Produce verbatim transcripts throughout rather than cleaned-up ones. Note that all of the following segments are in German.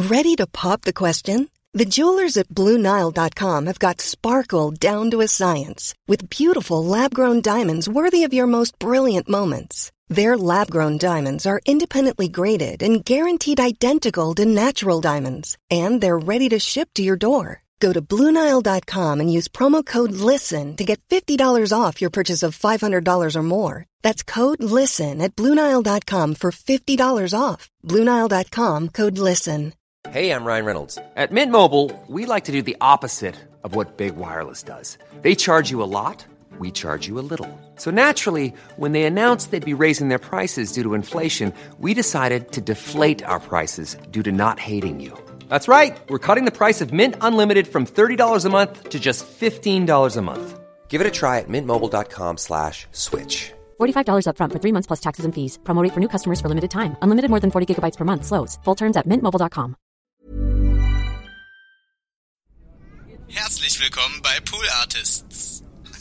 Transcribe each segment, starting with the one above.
Ready to pop the question? The jewelers at Blue Nile dot com have got sparkle down to a science with beautiful lab-grown diamonds worthy of your most brilliant moments. Their lab-grown diamonds are independently graded and guaranteed identical to natural diamonds, and they're ready to ship to your door. Go to Blue Nile dot com and use promo code LISTEN to get fifty dollars off your purchase of five hundred dollars or more. That's code LISTEN at Blue Nile dot com for fifty dollars off. Blue Nile dot com, code LISTEN. Hey, I'm Ryan Reynolds. At Mint Mobile, we like to do the opposite of what Big Wireless does. They charge you a lot, we charge you a little. So naturally, when they announced they'd be raising their prices due to inflation, we decided to deflate our prices due to not hating you. That's right. We're cutting the price of Mint Unlimited from thirty dollars a month to just fifteen dollars a month. Give it a try at mintmobile.com slash switch. forty-five dollars up front for three months plus taxes and fees. Promo rate for new customers for limited time. Unlimited more than forty gigabytes per month. Slows full terms at mint mobile dot com. Herzlich willkommen bei Pool Artists.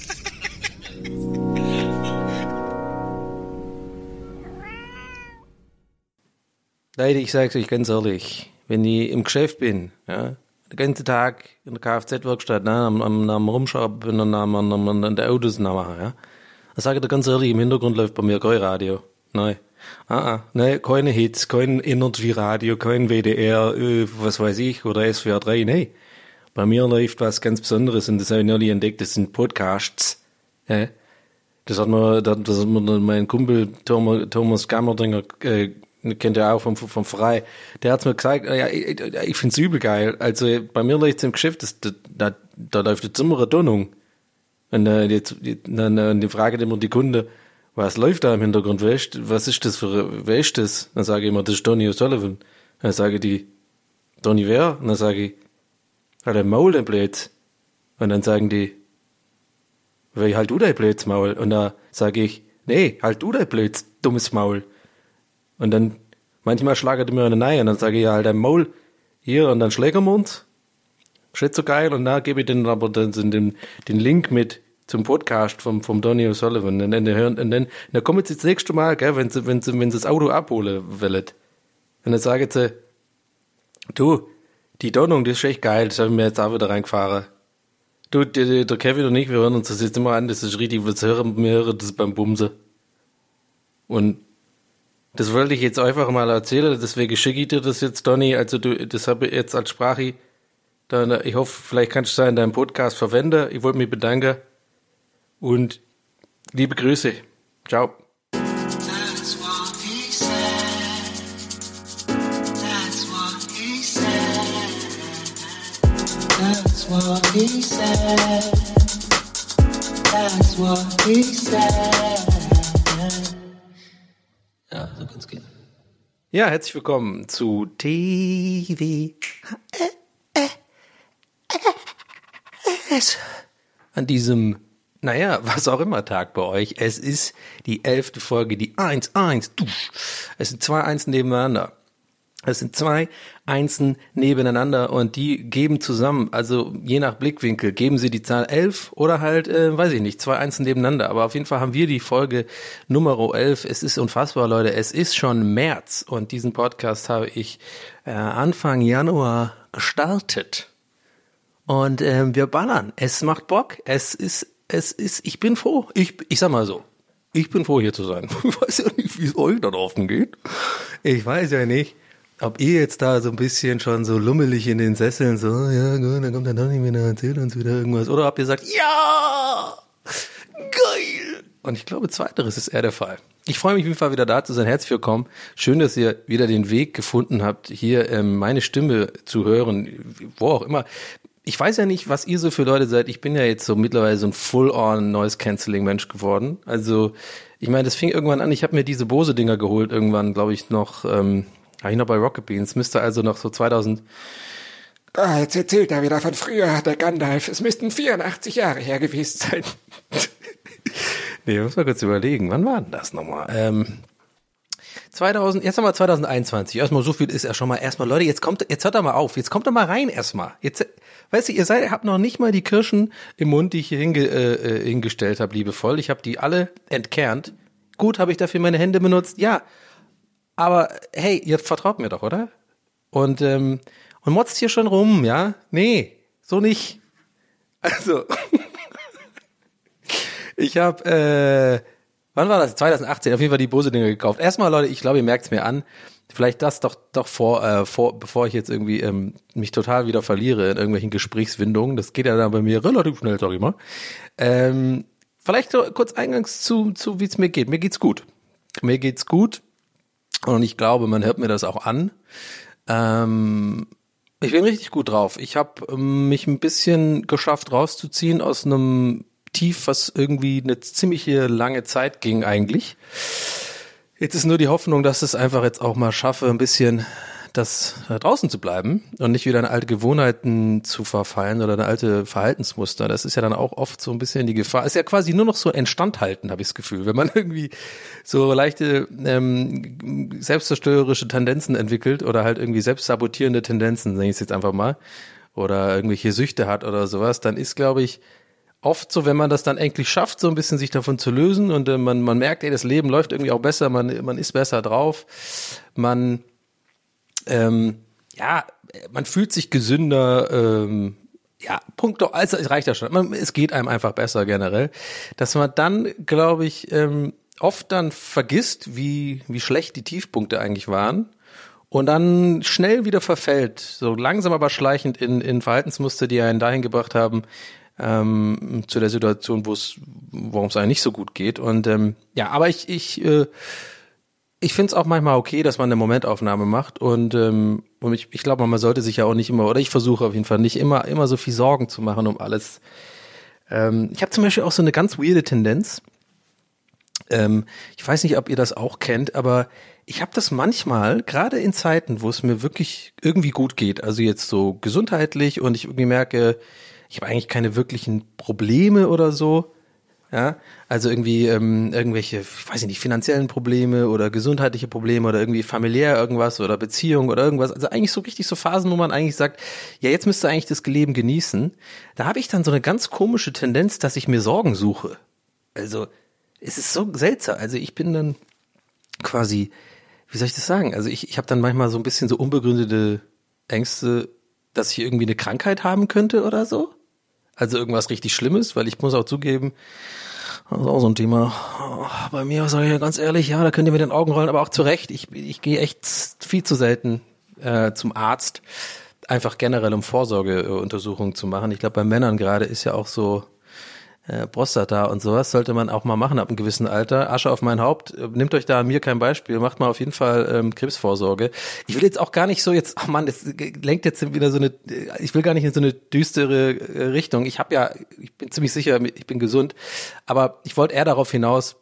Leute, ich sag's euch ganz ehrlich, wenn ich im Geschäft bin, ja, den ganzen Tag in der Kfz-Werkstatt, ne, am, am, am Rumschrauben bin und am, am, am, an der Autos nachmachen, ja, dann sage ich dir ganz ehrlich, im Hintergrund läuft bei mir kein Radio. Nein. Ah, ah, nein, keine Hits, kein Energy-Radio, kein W D R, äh, was weiß ich, oder S V R drei, nein. Bei mir läuft was ganz Besonderes und das habe ich neulich entdeckt, das sind Podcasts. Ja. Das hat mir, das hat mir mein Kumpel Thomas, Thomas Gammerdinger, äh, kennt ihr auch vom, vom Frei, der hat's mir gesagt, ja, ich, ich find's übel geil. Also bei mir läuft's im Geschäft, das, da, da, da läuft jetzt immer eine Tönung. Und äh, jetzt, dann, dann die fragt immer die Kunde, was läuft da im Hintergrund, wer ist, was ist das für, wer ist das? Dann sage ich immer, das ist Donny O'Sullivan. Dann sage die, Donny wer? Und dann sage ich, halt ein Maul, der Blöds. Und dann sagen die, weil halt du dein Blöds Maul. Und dann sage ich, nee, halt du dein Blöds, dummes Maul. Und dann, manchmal schlagert er mir eine Neue und dann sage ich, ja, halt ein Maul hier und dann schlägern wir uns. Steht so geil und dann gebe ich denen aber den, den, den Link mit zum Podcast vom, vom Donny O'Sullivan. Und dann hören, und dann, dann kommen sie das nächste Mal, gell, wenn sie, wenn sie, wenn sie das Auto abholen wollen. Und dann sagen sie, du, die Donnung, das ist echt geil, das habe ich mir jetzt auch wieder reingefahren. Du, der, der Kevin und ich, wir hören uns das jetzt immer an, das ist richtig, was hören, wir hören das beim Bumsen. Und das wollte ich jetzt einfach mal erzählen, deswegen schicke ich dir das jetzt, Donny, also du, das habe ich jetzt als Sprache, dann, ich hoffe, vielleicht kannst du es in deinem Podcast verwenden, ich wollte mich bedanken und liebe Grüße, ciao. That's what he said. That's what he said. That's what he said. That's what he said. Ja, so kann's gehen. Ja, herzlich willkommen zu T V S. An diesem, naja, was auch immer Tag bei euch. Es ist die elfte Folge, die eins eins. Es sind zwei Einsen nebeneinander. Es sind zwei Einsen nebeneinander und die geben zusammen, also je nach Blickwinkel, geben sie die Zahl elf oder halt, äh, weiß ich nicht, zwei Einsen nebeneinander. Aber auf jeden Fall haben wir die Folge Nummer elf. Es ist unfassbar, Leute. Es ist schon März und diesen Podcast habe ich äh, Anfang Januar gestartet. Und äh, wir ballern. Es macht Bock. Es ist, es ist, ich bin froh. Ich, ich sag mal so. Ich bin froh, hier zu sein. Ich weiß ja nicht, wie es euch da draußen geht. Ich weiß ja nicht, ob ihr jetzt da so ein bisschen schon so lummelig in den Sesseln so, ja gut, dann kommt der Donny wieder, erzählt uns wieder irgendwas. Oder ob ihr sagt, ja, geil. Und ich glaube, zweiteres ist eher der Fall. Ich freue mich auf jeden Fall wieder da zu sein. Herzlich willkommen. Schön, dass ihr wieder den Weg gefunden habt, hier ähm, meine Stimme zu hören, wo auch immer. Ich weiß ja nicht, was ihr so für Leute seid. Ich bin ja jetzt so mittlerweile so ein Full-on Noise-Canceling-Mensch geworden. Also, ich meine, das fing irgendwann an. Ich habe mir diese Bose-Dinger geholt, irgendwann, glaube ich, noch, ähm, habe ich noch bei Rocket Beans. Müsste also noch so zweitausend... Ah, jetzt erzählt er wieder von früher, der Gandalf. Es müssten vierundachtzig Jahre her gewesen sein. Nee, muss mal kurz überlegen. Wann war denn das nochmal? Ähm... zweitausend, jetzt haben wir zwanzig einundzwanzig. Erstmal so viel ist ja schon mal erstmal, Leute, jetzt kommt, jetzt hört doch mal auf. Jetzt kommt doch mal rein erstmal. Jetzt, weißt du, ihr seid, habt noch nicht mal die Kirschen im Mund, die ich hier hinge, äh, hingestellt habe, liebevoll. Ich habe die alle entkernt. Gut, habe ich dafür meine Hände benutzt? Ja. Aber hey, ihr vertraut mir doch, oder? und, ähm, und motzt hier schon rum, ja? Nee, so nicht. Also, ich habe, äh, wann war das? zwanzig achtzehn, auf jeden Fall die Bose-Dinger gekauft. Erstmal, Leute, ich glaube, ihr merkt es mir an, vielleicht das doch doch vor, äh, vor, bevor ich jetzt irgendwie ähm, mich total wieder verliere in irgendwelchen Gesprächswindungen. Das geht ja dann bei mir relativ schnell, sag ich mal. Ähm, vielleicht so kurz eingangs zu, zu wie es mir geht. Mir geht's gut. Mir geht's gut. Und ich glaube, man hört mir das auch an. Ähm, ich bin richtig gut drauf. Ich habe ähm, mich ein bisschen geschafft, rauszuziehen aus einem Tief, was irgendwie eine ziemliche lange Zeit ging eigentlich. Jetzt ist nur die Hoffnung, dass es einfach jetzt auch mal schaffe, ein bisschen das äh, draußen zu bleiben und nicht wieder in alte Gewohnheiten zu verfallen oder in alte Verhaltensmuster. Das ist ja dann auch oft so ein bisschen die Gefahr. Ist ja quasi nur noch so Instandhalten, habe ich das Gefühl. Wenn man irgendwie so leichte ähm, selbstzerstörerische Tendenzen entwickelt oder halt irgendwie selbstsabotierende Tendenzen, sage ich es jetzt einfach mal, oder irgendwelche Süchte hat oder sowas, dann ist, glaube ich, oft so, wenn man das dann endlich schafft, so ein bisschen sich davon zu lösen und äh, man man merkt, ey, das Leben läuft irgendwie auch besser, man man ist besser drauf, man ähm, ja, man fühlt sich gesünder, ähm, ja, Punkt, doch, also es reicht ja schon, man, es geht einem einfach besser generell, dass man dann, glaube ich, ähm, oft dann vergisst, wie wie schlecht die Tiefpunkte eigentlich waren und dann schnell wieder verfällt, so langsam aber schleichend in in Verhaltensmuster, die einen dahin gebracht haben, Ähm, zu der Situation, wo es, worum es einem nicht so gut geht. Und ähm, ja, aber ich ich äh, ich finde es auch manchmal okay, dass man eine Momentaufnahme macht und ähm, und ich ich glaube, man sollte sich ja auch nicht immer, oder ich versuche auf jeden Fall nicht immer immer so viel Sorgen zu machen um alles. Ähm, ich habe zum Beispiel auch so eine ganz weirde Tendenz. Ähm, ich weiß nicht, ob ihr das auch kennt, aber ich habe das manchmal, gerade in Zeiten, wo es mir wirklich irgendwie gut geht, also jetzt so gesundheitlich und ich irgendwie merke, ich habe eigentlich keine wirklichen Probleme oder so, ja, also irgendwie ähm, irgendwelche, ich weiß nicht, finanziellen Probleme oder gesundheitliche Probleme oder irgendwie familiär irgendwas oder Beziehung oder irgendwas, also eigentlich so richtig so Phasen, wo man eigentlich sagt, ja, jetzt müsste eigentlich das Leben genießen, da habe ich dann so eine ganz komische Tendenz, dass ich mir Sorgen suche, also es ist so seltsam, also ich bin dann quasi, wie soll ich das sagen, also ich, ich habe dann manchmal so ein bisschen so unbegründete Ängste, dass ich irgendwie eine Krankheit haben könnte oder so. Also irgendwas richtig Schlimmes, weil ich muss auch zugeben, das ist auch so ein Thema. Bei mir, sage ich ja ganz ehrlich, ja, da könnt ihr mit den Augen rollen, aber auch zu Recht. Ich, ich gehe echt viel zu selten äh, zum Arzt, einfach generell um Vorsorgeuntersuchungen zu machen. Ich glaube, bei Männern gerade ist ja auch so äh, Prostata und sowas, sollte man auch mal machen ab einem gewissen Alter. Asche auf mein Haupt, nehmt euch da an mir kein Beispiel, macht mal auf jeden Fall ähm, Krebsvorsorge. Ich will jetzt auch gar nicht so jetzt, ach Mann, das lenkt jetzt wieder so eine, ich will gar nicht in so eine düstere äh, Richtung. Ich habe ja, ich bin ziemlich sicher, ich bin gesund, aber ich wollte eher darauf hinaus,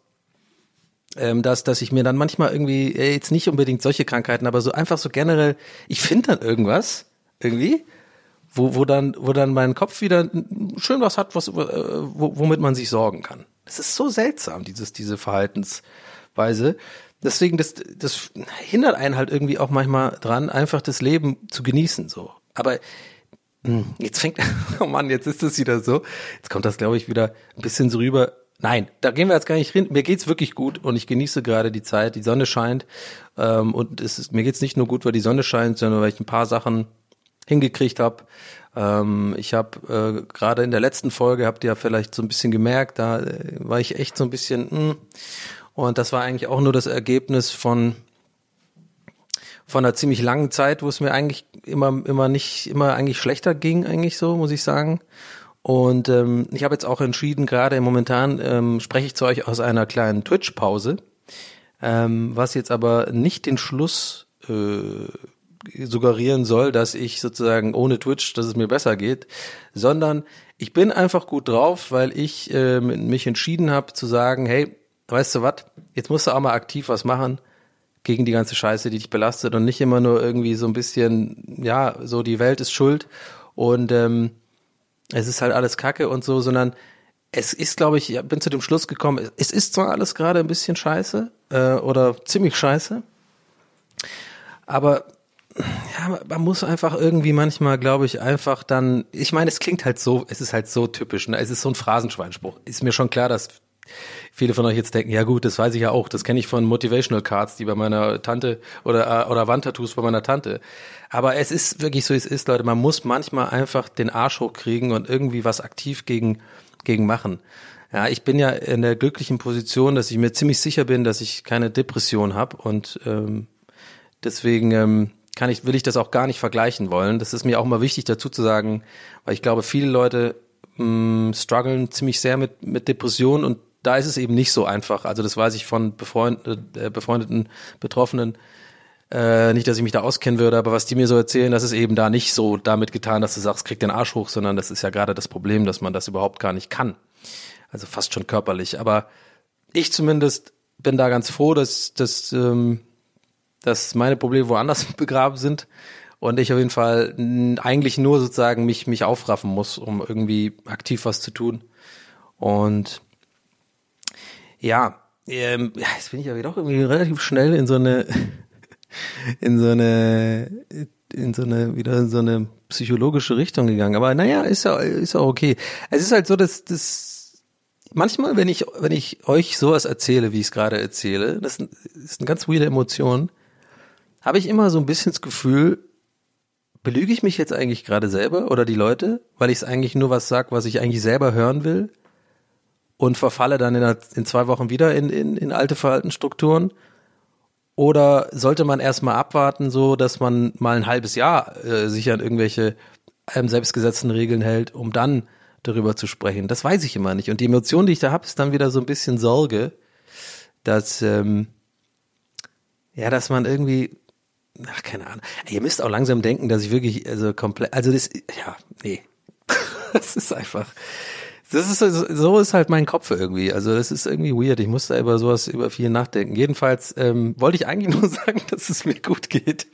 ähm, dass dass ich mir dann manchmal irgendwie, äh, jetzt nicht unbedingt solche Krankheiten, aber so einfach so generell, ich finde dann irgendwas, irgendwie, Wo, wo dann, wo dann mein Kopf wieder schön was hat, was, wo, womit man sich sorgen kann. Das ist so seltsam, dieses, diese Verhaltensweise. Deswegen, das, das hindert einen halt irgendwie auch manchmal dran, einfach das Leben zu genießen, so. Aber, jetzt fängt, oh Mann, jetzt ist das wieder so. Jetzt kommt das, glaube ich, wieder ein bisschen so rüber. Nein, da gehen wir jetzt gar nicht hin. Mir geht's wirklich gut und ich genieße gerade die Zeit. Die Sonne scheint, ähm, und es ist, mir geht's nicht nur gut, weil die Sonne scheint, sondern weil ich ein paar Sachen hingekriegt habe. Ähm, ich habe äh, gerade in der letzten Folge, habt ihr ja vielleicht so ein bisschen gemerkt, da äh, war ich echt so ein bisschen mh, und das war eigentlich auch nur das Ergebnis von von einer ziemlich langen Zeit, wo es mir eigentlich immer immer nicht immer eigentlich schlechter ging, eigentlich so, muss ich sagen. Und ähm, ich habe jetzt auch entschieden, gerade momentan ähm, spreche ich zu euch aus einer kleinen Twitch-Pause, ähm, was jetzt aber nicht den Schluss äh, suggerieren soll, dass ich sozusagen ohne Twitch, dass es mir besser geht, sondern ich bin einfach gut drauf, weil ich äh, mich entschieden habe zu sagen, hey, weißt du was, jetzt musst du auch mal aktiv was machen gegen die ganze Scheiße, die dich belastet und nicht immer nur irgendwie so ein bisschen, ja, so die Welt ist schuld und ähm, es ist halt alles Kacke und so, sondern es ist, glaube ich, ich bin zu dem Schluss gekommen, es ist zwar alles gerade ein bisschen scheiße äh, oder ziemlich scheiße, aber ja, man muss einfach irgendwie manchmal, glaube ich, einfach dann, ich meine, es klingt halt so, es ist halt so typisch, ne? Es ist so ein Phrasenschweinspruch. Ist mir schon klar, dass viele von euch jetzt denken, ja gut, das weiß ich ja auch, das kenne ich von Motivational Cards, die bei meiner Tante oder oder Wandtattoos bei meiner Tante. Aber es ist wirklich so, wie es ist, Leute, man muss manchmal einfach den Arsch hochkriegen und irgendwie was aktiv gegen gegen machen. Ja, ich bin ja in der glücklichen Position, dass ich mir ziemlich sicher bin, dass ich keine Depression habe und ähm, deswegen ähm, kann ich will ich das auch gar nicht vergleichen wollen. Das ist mir auch mal wichtig dazu zu sagen, weil ich glaube, viele Leute mh, strugglen ziemlich sehr mit mit Depressionen und da ist es eben nicht so einfach. Also das weiß ich von befreund, äh, befreundeten Betroffenen. Äh, nicht, dass ich mich da auskennen würde, aber was die mir so erzählen, das ist eben da nicht so damit getan, dass du sagst, krieg den Arsch hoch, sondern das ist ja gerade das Problem, dass man das überhaupt gar nicht kann. Also fast schon körperlich. Aber ich zumindest bin da ganz froh, dass, dass, ähm, dass meine Probleme woanders begraben sind und ich auf jeden Fall eigentlich nur sozusagen mich, mich aufraffen muss, um irgendwie aktiv was zu tun. Und ja, ähm, ja, jetzt bin ich aber doch irgendwie relativ schnell in so eine, in so eine, in so eine, wieder in so eine psychologische Richtung gegangen. Aber naja, ist ja, ist ja okay. Es ist halt so, dass, das, manchmal, wenn ich, wenn ich euch sowas erzähle, wie ich es gerade erzähle, das ist eine ganz weirde Emotion, habe ich immer so ein bisschen das Gefühl, belüge ich mich jetzt eigentlich gerade selber oder die Leute, weil ich es eigentlich nur was sage, was ich eigentlich selber hören will? Und verfalle dann in, in zwei Wochen wieder in, in, in alte Verhaltensstrukturen? Oder sollte man erstmal abwarten, so dass man mal ein halbes Jahr äh, sich an irgendwelche ähm, selbstgesetzten Regeln hält, um dann darüber zu sprechen? Das weiß ich immer nicht. Und die Emotion, die ich da habe, ist dann wieder so ein bisschen Sorge, dass ähm, ja, dass man irgendwie, ach, keine Ahnung. Ihr müsst auch langsam denken, dass ich wirklich, also komplett, also das, ja, nee. Das ist einfach. Das ist so ist halt mein Kopf irgendwie. Also das ist irgendwie weird. Ich muss da über sowas über viel nachdenken. Jedenfalls ähm, wollte ich eigentlich nur sagen, dass es mir gut geht.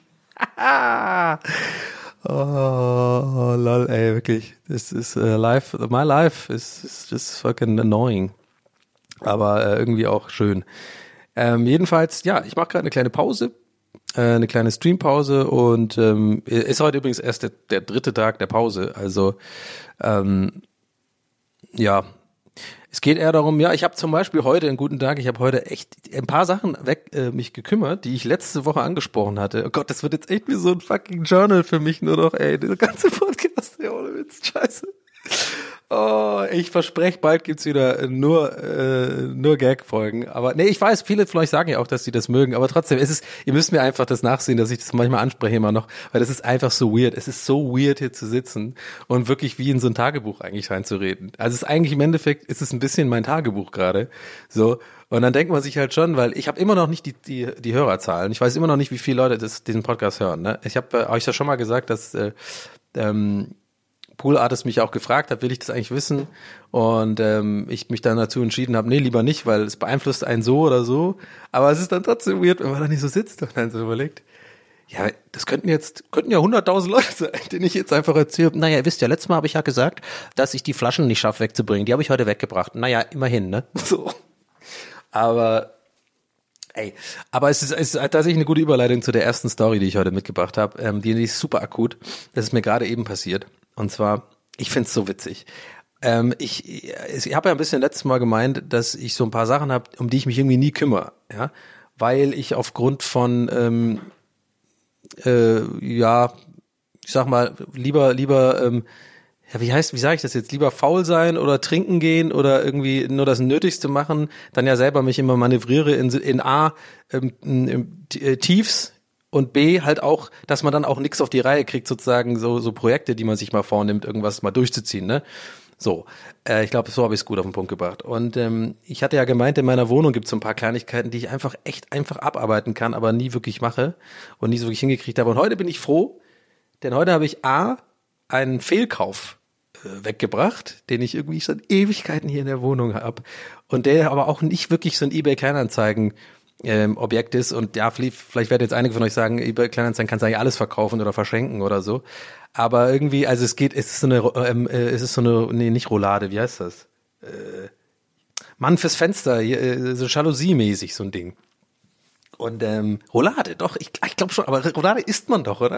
Oh, lol, ey, wirklich. Das ist uh, life. My life is, is just fucking annoying. Aber äh, irgendwie auch schön. Ähm, jedenfalls, ja, ich mache gerade eine kleine Pause. Äh, eine kleine Streampause und ähm, ist heute übrigens erst der, der dritte Tag der Pause. Also ähm, ja, es geht eher darum, ja, ich habe zum Beispiel heute einen guten Tag, ich habe heute echt ein paar Sachen weg äh, mich gekümmert, die ich letzte Woche angesprochen hatte. Oh Gott, das wird jetzt echt wie so ein fucking Journal für mich nur noch, ey, der ganze Podcast, ja, ohne Witz, scheiße. Oh, ich verspreche, bald gibt's wieder nur äh, nur Gag-Folgen. Aber nee, ich weiß, viele von euch sagen ja auch, dass sie das mögen. Aber trotzdem, es ist, ihr müsst mir einfach das nachsehen, dass ich das manchmal anspreche immer noch, weil das ist einfach so weird. Es ist so weird, hier zu sitzen und wirklich wie in so ein Tagebuch eigentlich reinzureden. Also es ist eigentlich im Endeffekt, ist es ein bisschen mein Tagebuch gerade. So. Und dann denkt man sich halt schon, weil ich habe immer noch nicht die die die Hörerzahlen. Ich weiß immer noch nicht, wie viele Leute das, diesen Podcast hören. Ne? Ich habe äh, euch ja schon mal gesagt, dass äh, ähm, Pool Artist mich auch gefragt hat, will ich das eigentlich wissen? Und ähm, ich mich dann dazu entschieden habe, nee, lieber nicht, weil es beeinflusst einen so oder so. Aber es ist dann trotzdem weird, wenn man da nicht so sitzt und dann so überlegt, ja, das könnten jetzt, könnten ja hunderttausend Leute sein, denen ich jetzt einfach erzähle. Naja, ihr wisst ja, letztes Mal habe ich ja gesagt, dass ich die Flaschen nicht schaffe wegzubringen. Die habe ich heute weggebracht. Naja, immerhin, ne? So. Aber ey, aber es ist, es ist tatsächlich eine gute Überleitung zu der ersten Story, die ich heute mitgebracht habe. Ähm, die, die ist super akut. Das ist mir gerade eben passiert. Und zwar, ich find's so witzig. Ähm, ich ich habe ja ein bisschen letztes Mal gemeint, dass ich so ein paar Sachen habe, um die ich mich irgendwie nie kümmere, ja, weil ich aufgrund von, ähm, äh, ja, ich sag mal, lieber, lieber, ähm, ja, wie heißt, wie sage ich das jetzt, lieber faul sein oder trinken gehen oder irgendwie nur das Nötigste machen, dann ja selber mich immer manövriere in, in A, ähm, in, in, Tiefs, und B, halt auch, dass man dann auch nichts auf die Reihe kriegt, sozusagen so so Projekte, die man sich mal vornimmt, irgendwas mal durchzuziehen, ne? So, äh, ich glaube, so habe ich es gut auf den Punkt gebracht. Und ähm, ich hatte ja gemeint, in meiner Wohnung gibt es so ein paar Kleinigkeiten, die ich einfach echt einfach abarbeiten kann, aber nie wirklich mache und nie so wirklich hingekriegt habe. Und heute bin ich froh, denn heute habe ich A, einen Fehlkauf äh, weggebracht, den ich irgendwie schon Ewigkeiten hier in der Wohnung habe und der aber auch nicht wirklich so ein eBay-Kleinanzeigen Ähm, Objekt ist und ja, vielleicht, vielleicht werden jetzt einige von euch sagen, eBay Kleinanzeigen kannst du eigentlich alles verkaufen oder verschenken oder so, aber irgendwie, also es geht, es ist so eine, ähm, äh, es ist so eine, nee, nicht Roulade, wie heißt das? Äh, Mann fürs Fenster, äh, so Jalousie-mäßig so ein Ding. Und ähm, Roulade, doch, ich, ich glaube schon, aber Roulade isst man doch, oder?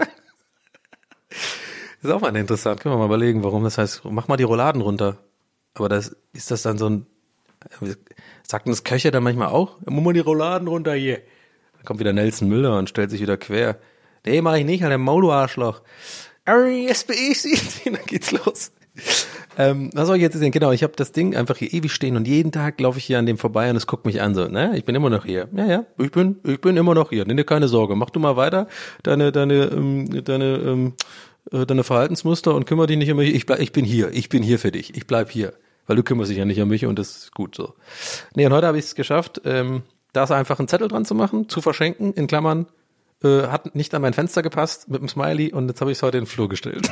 Ist auch mal interessant, können wir mal überlegen, warum das heißt, mach mal die Rouladen runter. Aber das ist das dann so ein Sagt das Köche dann manchmal auch? Muss mal die Rouladen runter hier. Dann kommt wieder Nelson Müller und stellt sich wieder quer. Nee, mach ich nicht, halt der Maul, du Arschloch. R S B I C, dann geht's los. Ähm, was soll ich jetzt sehen? Genau, ich habe das Ding einfach hier ewig stehen und jeden Tag laufe ich hier an dem vorbei und es guckt mich an so, ne? Ich bin immer noch hier. Ja, ja, ich bin, ich bin immer noch hier. Nimm dir keine Sorge. Mach du mal weiter deine, deine, ähm, deine, ähm, äh, deine Verhaltensmuster und kümmere dich nicht um mich. Ich bleib, ich bin hier. Ich bin hier für dich. Ich bleib hier. Weil du kümmerst dich ja nicht um mich und das ist gut so. Nee, und heute habe ich es geschafft, ähm, da ist einfach einen Zettel dran zu machen, zu verschenken, in Klammern, äh, hat nicht an mein Fenster gepasst mit dem Smiley und jetzt habe ich es heute in den Flur gestellt.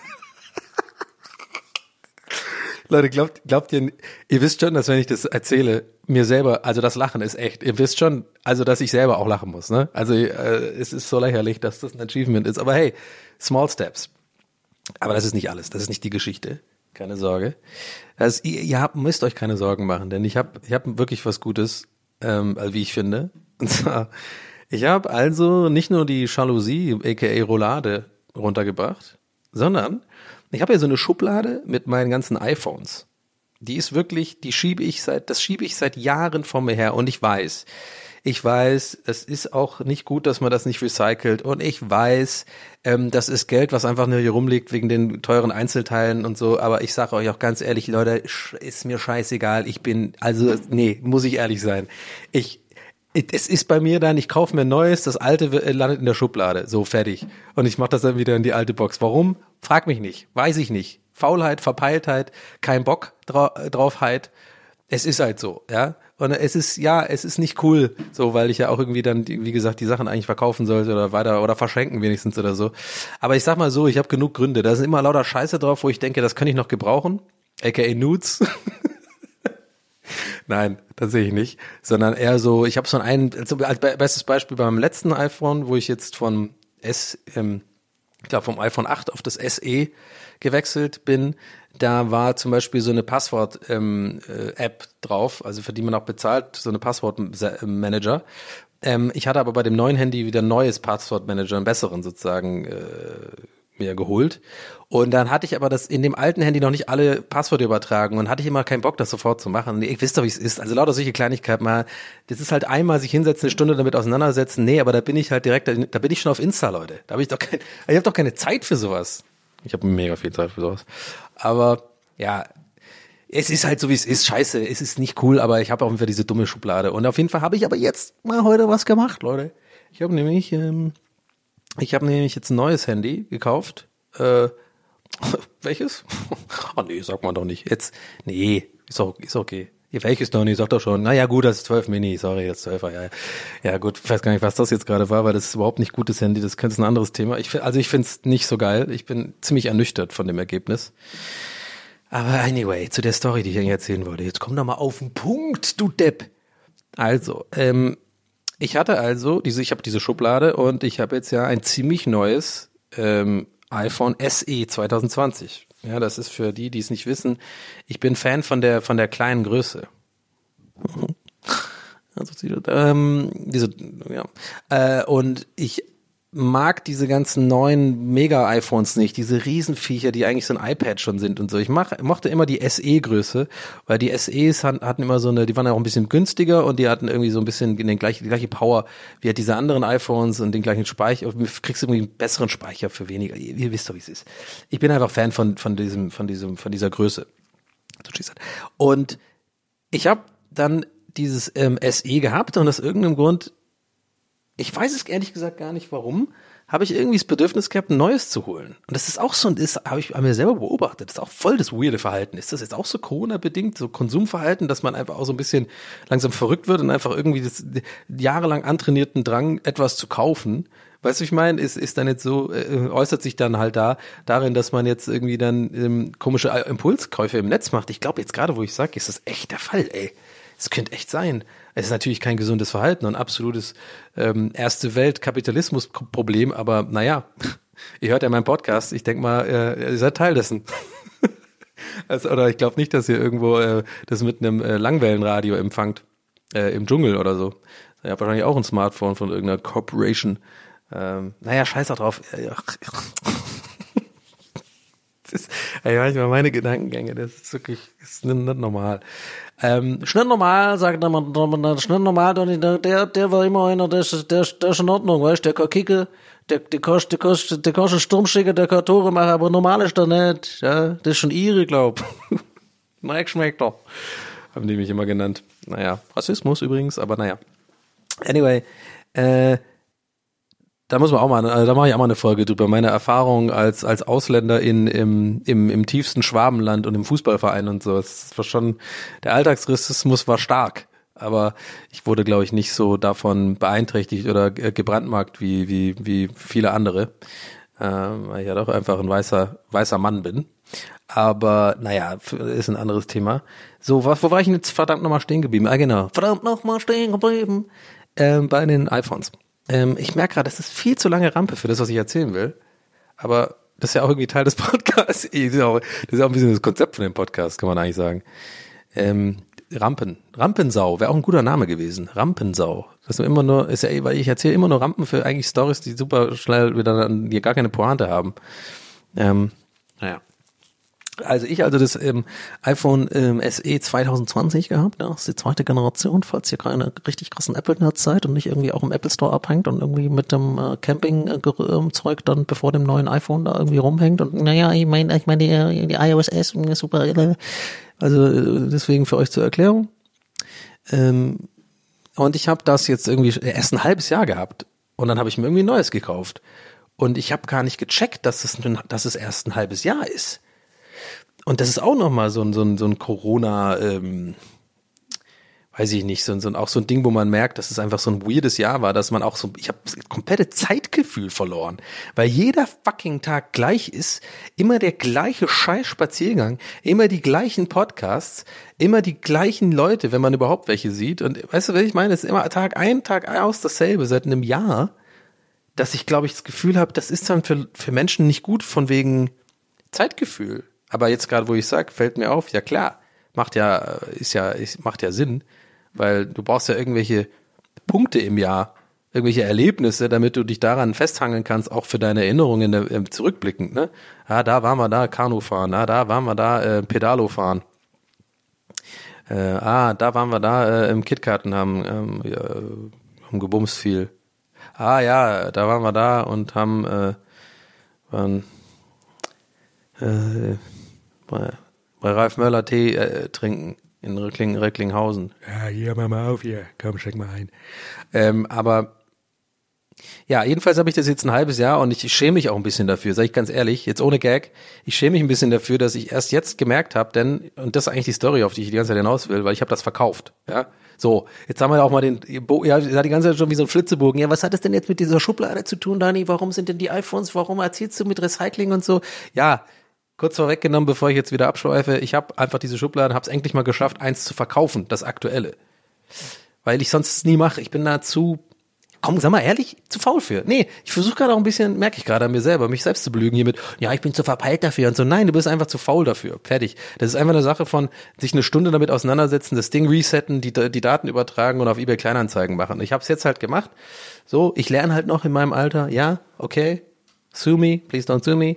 Leute, glaubt, glaubt ihr, ihr wisst schon, dass wenn ich das erzähle, mir selber, also das Lachen ist echt, ihr wisst schon, also dass ich selber auch lachen muss, ne? Also äh, es ist so lächerlich, dass das ein Achievement ist, aber hey, small steps. Aber das ist nicht alles, das ist nicht die Geschichte, keine Sorge. Das, ihr, ihr habt, müsst euch keine Sorgen machen, denn ich habe ich hab wirklich was Gutes, ähm, wie ich finde. Und zwar, ich habe also nicht nur die Jalousie, aka Roulade, runtergebracht, sondern ich habe hier so eine Schublade mit meinen ganzen iPhones. Die ist wirklich, die schiebe ich seit, das schiebe ich seit Jahren vor mir her und ich weiß, ich weiß, es ist auch nicht gut, dass man das nicht recycelt und ich weiß, ähm, das ist Geld, was einfach nur hier rumliegt wegen den teuren Einzelteilen und so, aber ich sage euch auch ganz ehrlich, Leute, ist mir scheißegal, ich bin, also, nee, muss ich ehrlich sein, ich, es ist bei mir dann, ich kaufe mir Neues, das Alte landet in der Schublade, so fertig. Und ich mache das dann wieder in die alte Box. Warum? Frag mich nicht, weiß ich nicht. Faulheit, Verpeiltheit, kein Bock dra- draufheit. Es ist halt so, ja. Und es ist, ja, es ist nicht cool, so, weil ich ja auch irgendwie dann, wie gesagt, die Sachen eigentlich verkaufen sollte oder weiter oder verschenken wenigstens oder so. Aber ich sag mal so, ich habe genug Gründe. Da sind immer lauter Scheiße drauf, wo ich denke, das könnte ich noch gebrauchen. aka Nudes. Nein, tatsächlich nicht, sondern eher so, ich habe so ein, also als bestes Beispiel beim letzten iPhone, wo ich jetzt von S, ähm, ich glaube vom iPhone acht auf das S E gewechselt bin, da war zum Beispiel so eine Passwort-App ähm, äh, drauf, also für die man auch bezahlt, so eine Passwortmanager. Ähm, ich hatte aber bei dem neuen Handy wieder ein neues Passwortmanager, einen besseren sozusagen, äh, mir geholt. Und dann hatte ich aber das in dem alten Handy noch nicht alle Passwörter übertragen und hatte ich immer keinen Bock, das sofort zu machen. Nee, ich wisst doch, wie es ist. Also lauter solche Kleinigkeiten mal. Das ist halt einmal sich hinsetzen, eine Stunde damit auseinandersetzen. Nee, aber da bin ich halt direkt, da bin ich schon auf Insta, Leute. Da habe ich doch kein, ich habe doch keine Zeit für sowas. Ich habe mega viel Zeit für sowas. Aber ja, es ist halt so, wie es ist. Scheiße, es ist nicht cool, aber ich habe auf jeden Fall diese dumme Schublade. Und auf jeden Fall habe ich aber jetzt mal heute was gemacht, Leute. Ich habe nämlich, ähm, ich habe nämlich jetzt ein neues Handy gekauft. Äh, welches? Oh nee, sagt man doch nicht. Jetzt, nee, ist auch, ist okay. Welches noch nicht, sag doch schon. Naja gut, das ist zwölf Mini, sorry, jetzt zwölfer, ja. Ja gut, ich weiß gar nicht, was das jetzt gerade war, weil das ist überhaupt nicht gutes Handy, das könnte ein anderes Thema. Ich, also ich finde es nicht so geil. Ich bin ziemlich ernüchtert von dem Ergebnis. Aber anyway, zu der Story, die ich eigentlich erzählen wollte. Jetzt komm doch mal auf den Punkt, du Depp. Also, ähm, ich hatte also diese, ich habe diese Schublade und ich habe jetzt ja ein ziemlich neues ähm, iPhone S E zwanzig zwanzig. Ja, das ist für die, die es nicht wissen. Ich bin Fan von der von der kleinen Größe. Also ähm, diese, ja. Äh, und ich mag diese ganzen neuen Mega-iPhones nicht, diese Riesenviecher, die eigentlich so ein iPad schon sind und so. Ich mach, mochte immer die S E-Größe, weil die S Es hatten immer so eine, die waren ja auch ein bisschen günstiger und die hatten irgendwie so ein bisschen den gleichen, die gleiche Power wie halt diese anderen iPhones und den gleichen Speicher. Du kriegst irgendwie einen besseren Speicher für weniger. Ihr, ihr wisst doch, wie es ist. Ich bin einfach Fan von von diesem, von diesem, von dieser Größe. Und ich habe dann dieses ähm, S E gehabt und aus irgendeinem Grund, ich weiß es ehrlich gesagt gar nicht warum, habe ich irgendwie das Bedürfnis gehabt, ein neues zu holen. Und das ist auch so, das habe ich an mir selber beobachtet, das ist auch voll das weirde Verhalten. Ist das jetzt auch so Corona-bedingt, so Konsumverhalten, dass man einfach auch so ein bisschen langsam verrückt wird und einfach irgendwie das jahrelang antrainierten Drang, etwas zu kaufen? Weißt du, ich meine, ist, ist dann jetzt so, äh, äußert sich dann halt da, darin, dass man jetzt irgendwie dann ähm, komische Impulskäufe im Netz macht. Ich glaube jetzt gerade, wo ich sage, ist das echt der Fall, ey. Das könnte echt sein. Es ist natürlich kein gesundes Verhalten und absolutes ähm, Erste-Welt-Kapitalismus-Problem, aber naja, ihr hört ja meinen Podcast, ich denke mal, äh, ihr seid Teil dessen. Also, oder ich glaube nicht, dass ihr irgendwo äh, das mit einem äh, Langwellenradio empfangt, äh, im Dschungel oder so. Ihr habt wahrscheinlich auch ein Smartphone von irgendeiner Corporation. Ähm, naja, scheiß da drauf. Das ist, Ey, manchmal meine Gedankengänge, das ist wirklich, das ist nicht normal. Ähm, schnell normal, sagt der Mann, schnell normal, der, der, der war immer einer, der ist, der, der ist in Ordnung, weißt du, der kann kicken, der, der kannst, der kannst, der kannst einen Sturm schicken, der kann Tore machen, aber normal ist der nicht, ja, das ist schon ihre, glaub. Na, schmeckt doch. Haben die mich immer genannt. Naja, Rassismus übrigens, aber naja. Anyway, äh, da muss man auch mal, also da mache ich auch mal eine Folge drüber. Meine Erfahrung als als Ausländer in im im im tiefsten Schwabenland und im Fußballverein und so. Das war schon, der Alltagsrassismus war stark, aber ich wurde, glaube ich, nicht so davon beeinträchtigt oder gebrandmarkt wie wie wie viele andere, ähm, weil ich ja doch einfach ein weißer weißer Mann bin. Aber naja, ist ein anderes Thema. So, was, wo war ich denn jetzt verdammt nochmal stehen geblieben? Ah, genau, verdammt nochmal stehen geblieben ähm, bei den iPhones. Ähm, ich merke gerade, das ist viel zu lange Rampe für das, was ich erzählen will. Aber das ist ja auch irgendwie Teil des Podcasts. Das ist ja auch, das ist auch ein bisschen das Konzept von dem Podcast, kann man eigentlich sagen. Ähm, Rampen. Rampensau wäre auch ein guter Name gewesen. Rampensau. Das ist immer nur, ist ja, weil ich erzähle immer nur Rampen für eigentlich Storys, die super schnell wieder dann, die gar keine Pointe haben. Ähm, naja. Also ich also das ähm, iPhone ähm, S E zwanzig zwanzig gehabt, ja, das ist die zweite Generation, falls ihr keine richtig krassen Apple-Nerds seid und nicht irgendwie auch im Apple Store abhängt und irgendwie mit dem äh, Camping-Zeug dann bevor dem neuen iPhone da irgendwie rumhängt und naja, ich meine, ich meine die, die iOS S ist super, also deswegen für euch zur Erklärung. Ähm, und ich habe das jetzt irgendwie erst ein halbes Jahr gehabt und dann habe ich mir irgendwie ein neues gekauft und ich habe gar nicht gecheckt, dass es, dass es erst ein halbes Jahr ist. Und das ist auch nochmal so ein, so ein, so ein Corona, ähm, weiß ich nicht, so ein, so ein, auch so ein Ding, wo man merkt, dass es einfach so ein weirdes Jahr war, dass man auch so, ich habe das komplette Zeitgefühl verloren, weil jeder fucking Tag gleich ist, immer der gleiche Scheiß-Spaziergang, immer die gleichen Podcasts, immer die gleichen Leute, wenn man überhaupt welche sieht. Und weißt du, was ich meine? Es ist immer Tag ein, Tag aus dasselbe, seit einem Jahr, dass ich, glaube ich, das Gefühl habe, das ist dann für, für Menschen nicht gut, von wegen Zeitgefühl. Aber jetzt gerade, wo ich sage, fällt mir auf, ja klar, macht ja, ist ja, ist, macht ja Sinn, weil du brauchst ja irgendwelche Punkte im Jahr, irgendwelche Erlebnisse, damit du dich daran festhangeln kannst, auch für deine Erinnerungen äh, zurückblickend, ne? Ah, da waren wir da Kanu fahren, ah, da waren wir da äh, Pedalo fahren. Äh, ah, da waren wir da äh, im KitKat und haben, ähm, ja, haben gebumst viel. Ah ja, da waren wir da und haben äh, waren, äh, bei, bei Ralf Möller Tee äh, trinken in Reckling, Recklinghausen. Ja, hier, mach mal auf hier, komm, steck mal ein. Ähm, aber ja, jedenfalls habe ich das jetzt ein halbes Jahr und ich schäme mich auch ein bisschen dafür, sage ich ganz ehrlich, jetzt ohne Gag, ich schäme mich ein bisschen dafür, dass ich erst jetzt gemerkt habe, denn, und das ist eigentlich die Story, auf die ich die ganze Zeit hinaus will, weil ich habe das verkauft, ja. So, jetzt haben wir auch mal den, ja, ihr seid die ganze Zeit schon wie so ein Flitzebogen. Ja, was hat es denn jetzt mit dieser Schublade zu tun, Dani? Warum sind denn die iPhones, warum erzählst du mit Recycling und so? Ja, kurz vorweggenommen, bevor ich jetzt wieder abschweife, ich habe einfach diese Schubladen, habe es endlich mal geschafft, eins zu verkaufen, das aktuelle. Weil ich sonst nie mache. Ich bin da zu, komm, sag mal ehrlich, zu faul für. Nee, ich versuche gerade auch ein bisschen, merke ich gerade an mir selber, mich selbst zu belügen hiermit. Ja, ich bin zu verpeilt dafür und so. Nein, du bist einfach zu faul dafür. Fertig. Das ist einfach eine Sache von sich eine Stunde damit auseinandersetzen, das Ding resetten, die, die Daten übertragen und auf eBay Kleinanzeigen machen. Ich habe es jetzt halt gemacht. So, ich lerne halt noch in meinem Alter. Ja, okay. Sue me, please don't sue me.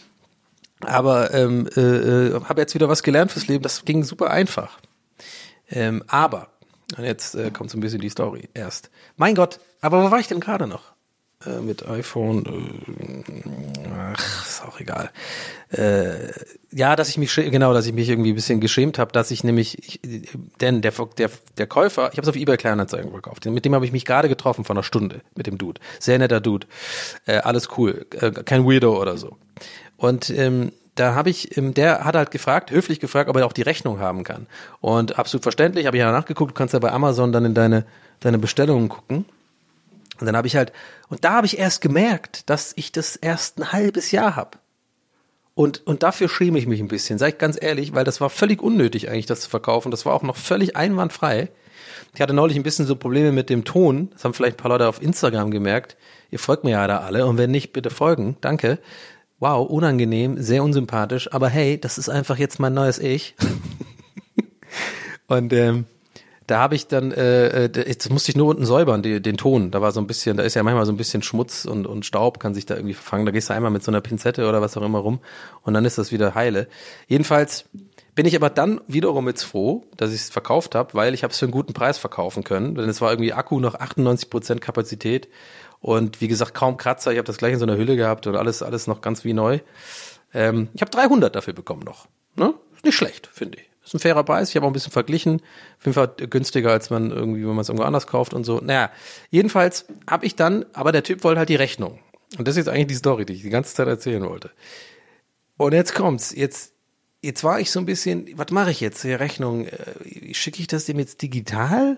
Aber ähm, äh, äh, habe jetzt wieder was gelernt fürs Leben. Das ging super einfach. Ähm, aber, und jetzt äh, kommt so ein bisschen die Story erst. Mein Gott, aber wo war ich denn gerade noch? Äh, mit iPhone, äh, ach, ist auch egal. Äh, ja, dass ich mich, genau, dass ich mich irgendwie ein bisschen geschämt habe, dass ich nämlich, ich, denn der, der, der Käufer, ich habe es auf eBay Kleinanzeigen verkauft, mit dem habe ich mich gerade getroffen vor einer Stunde, mit dem Dude. Sehr netter Dude. Äh, alles cool, äh, kein Weirdo oder so. Und ähm, da habe ich, ähm, der hat halt gefragt, höflich gefragt, ob er auch die Rechnung haben kann. Und absolut verständlich, habe ich ja nachgeguckt, du kannst ja bei Amazon dann in deine deine Bestellungen gucken. Und dann habe ich halt, und da habe ich erst gemerkt, dass ich das erst ein halbes Jahr habe. Und und dafür schäme ich mich ein bisschen, sage ich ganz ehrlich, weil das war völlig unnötig eigentlich, das zu verkaufen. Das war auch noch völlig einwandfrei. Ich hatte neulich ein bisschen so Probleme mit dem Ton. Das haben vielleicht ein paar Leute auf Instagram gemerkt. Ihr folgt mir ja da alle und wenn nicht, bitte folgen. Danke. Wow, unangenehm, sehr unsympathisch, aber hey, das ist einfach jetzt mein neues Ich. Und ähm, Da habe ich dann, äh, jetzt musste ich nur unten säubern, die, den Ton. Da war so ein bisschen, da ist ja manchmal so ein bisschen Schmutz und, und Staub, kann sich da irgendwie verfangen. Da gehst du einmal mit so einer Pinzette oder was auch immer rum und dann ist das wieder heile. Jedenfalls bin ich aber dann wiederum jetzt froh, dass ich es verkauft habe, weil ich habe es für einen guten Preis verkaufen können. Denn es war irgendwie Akku noch achtundneunzig Prozent Kapazität und wie gesagt kaum Kratzer. Ich habe das gleich in so einer Hülle gehabt und alles alles noch ganz wie neu. Ähm, ich habe dreihundert dafür bekommen noch. Ne? Ist nicht schlecht, finde ich. Ist ein fairer Preis. Ich habe auch ein bisschen verglichen. Auf jeden Fall günstiger, als man irgendwie, wenn man es irgendwo anders kauft und so. Naja, jedenfalls habe ich dann, aber der Typ wollte halt die Rechnung. Und das ist jetzt eigentlich die Story, die ich die ganze Zeit erzählen wollte. Und jetzt kommt's. Jetzt, jetzt war ich so ein bisschen, was mache ich jetzt? Die Rechnung, äh, schicke ich das dem jetzt digital?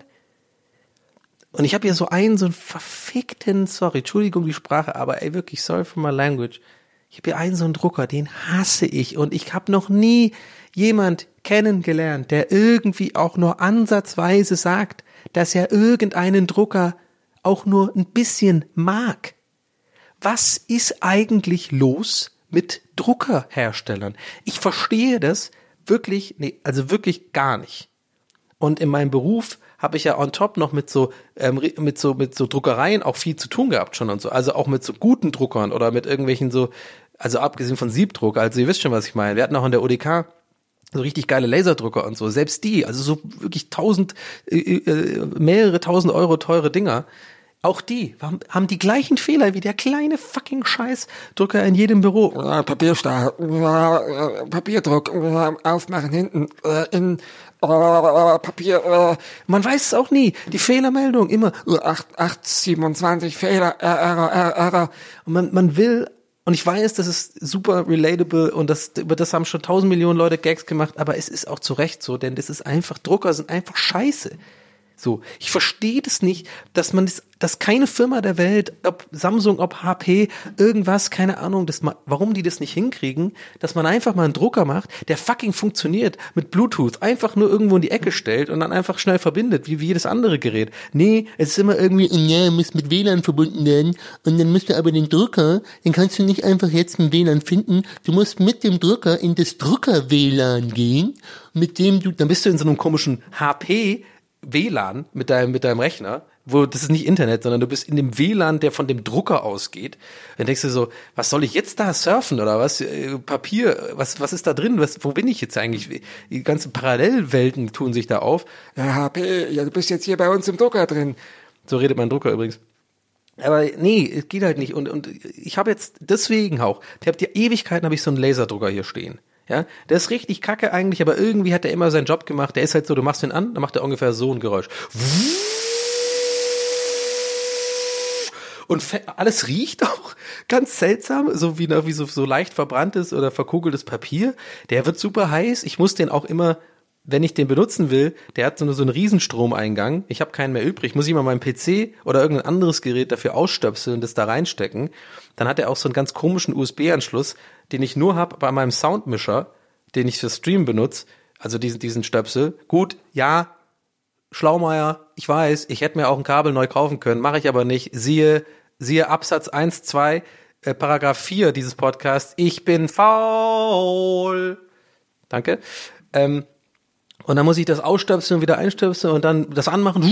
Und ich habe hier so einen, so einen verfickten, sorry, Entschuldigung die Sprache, aber ey, wirklich, sorry for my language. Ich habe hier einen, so einen Drucker, den hasse ich. Und ich habe noch nie jemand kennengelernt, der irgendwie auch nur ansatzweise sagt, dass er irgendeinen Drucker auch nur ein bisschen mag. Was ist eigentlich los mit Druckerherstellern? Ich verstehe das wirklich, nee, also wirklich gar nicht. Und in meinem Beruf habe ich ja on top noch mit so ähm, mit so mit so Druckereien auch viel zu tun gehabt schon und so, also auch mit so guten Druckern oder mit irgendwelchen so, also abgesehen von Siebdruck, also ihr wisst schon, was ich meine. Wir hatten auch in der O D K so richtig geile Laserdrucker und so, selbst die, also so wirklich tausend, äh, äh, mehrere tausend Euro teure Dinger, auch die haben, haben die gleichen Fehler wie der kleine fucking Scheißdrucker in jedem Büro. Äh, Papierstau, äh, Papierdruck, äh, aufmachen hinten, äh, in äh, Papier. Äh. Man weiß es auch nie. Die Fehlermeldung immer äh, acht siebenundzwanzig Fehler, Error, Error. Und man, man will, und ich weiß, das ist super relatable und das, über das haben schon tausend Millionen Leute Gags gemacht, aber es ist auch zu Recht so, denn das ist einfach, Drucker sind einfach scheiße. So, ich verstehe das nicht, dass man das, dass keine Firma der Welt, ob Samsung, ob H P, irgendwas, keine Ahnung, das, warum die das nicht hinkriegen, dass man einfach mal einen Drucker macht, der fucking funktioniert, mit Bluetooth, einfach nur irgendwo in die Ecke stellt und dann einfach schnell verbindet, wie, wie jedes andere Gerät. Nee, es ist immer irgendwie, ja, muss mit W L A N verbunden werden und dann musst du aber den Drucker, den kannst du nicht einfach jetzt im W L A N finden, du musst mit dem Drucker in das Drucker-W L A N gehen, mit dem du, dann bist du in so einem komischen H P W L A N mit deinem, mit deinem Rechner, wo, das ist nicht Internet, sondern du bist in dem W L A N, der von dem Drucker ausgeht. Dann denkst du so, was soll ich jetzt da surfen oder was? Papier, was, was ist da drin? Was, wo bin ich jetzt eigentlich? Die ganzen Parallelwelten tun sich da auf. Ja, H P, ja, du bist jetzt hier bei uns im Drucker drin. So redet mein Drucker übrigens. Aber nee, es geht halt nicht. Und, und ich habe jetzt deswegen auch, ich habe die Ewigkeiten, habe ich so einen Laserdrucker hier stehen. Ja, der ist richtig kacke eigentlich, aber irgendwie hat er immer seinen Job gemacht. Der ist halt so, du machst ihn an, dann macht er ungefähr so ein Geräusch. Und alles riecht auch ganz seltsam, so wie, wie so, so leicht verbranntes oder verkugeltes Papier. Der wird super heiß. Ich muss den auch immer, wenn ich den benutzen will, der hat so, so einen Riesenstromeingang. Ich habe keinen mehr übrig. Muss ich mal meinen P C oder irgendein anderes Gerät dafür ausstöpseln und das da reinstecken. Dann hat er auch so einen ganz komischen U S B-Anschluss, den ich nur habe bei meinem Soundmischer, den ich für Stream benutze, also diesen, diesen Stöpsel. Gut, ja, Schlaumeier, ich weiß, ich hätte mir auch ein Kabel neu kaufen können, mache ich aber nicht. Siehe, siehe Absatz eins, zwei, äh, Paragraph vier dieses Podcasts. Ich bin faul. Danke. Ähm, und dann muss ich das ausstöpseln und wieder einstöpseln und dann das anmachen.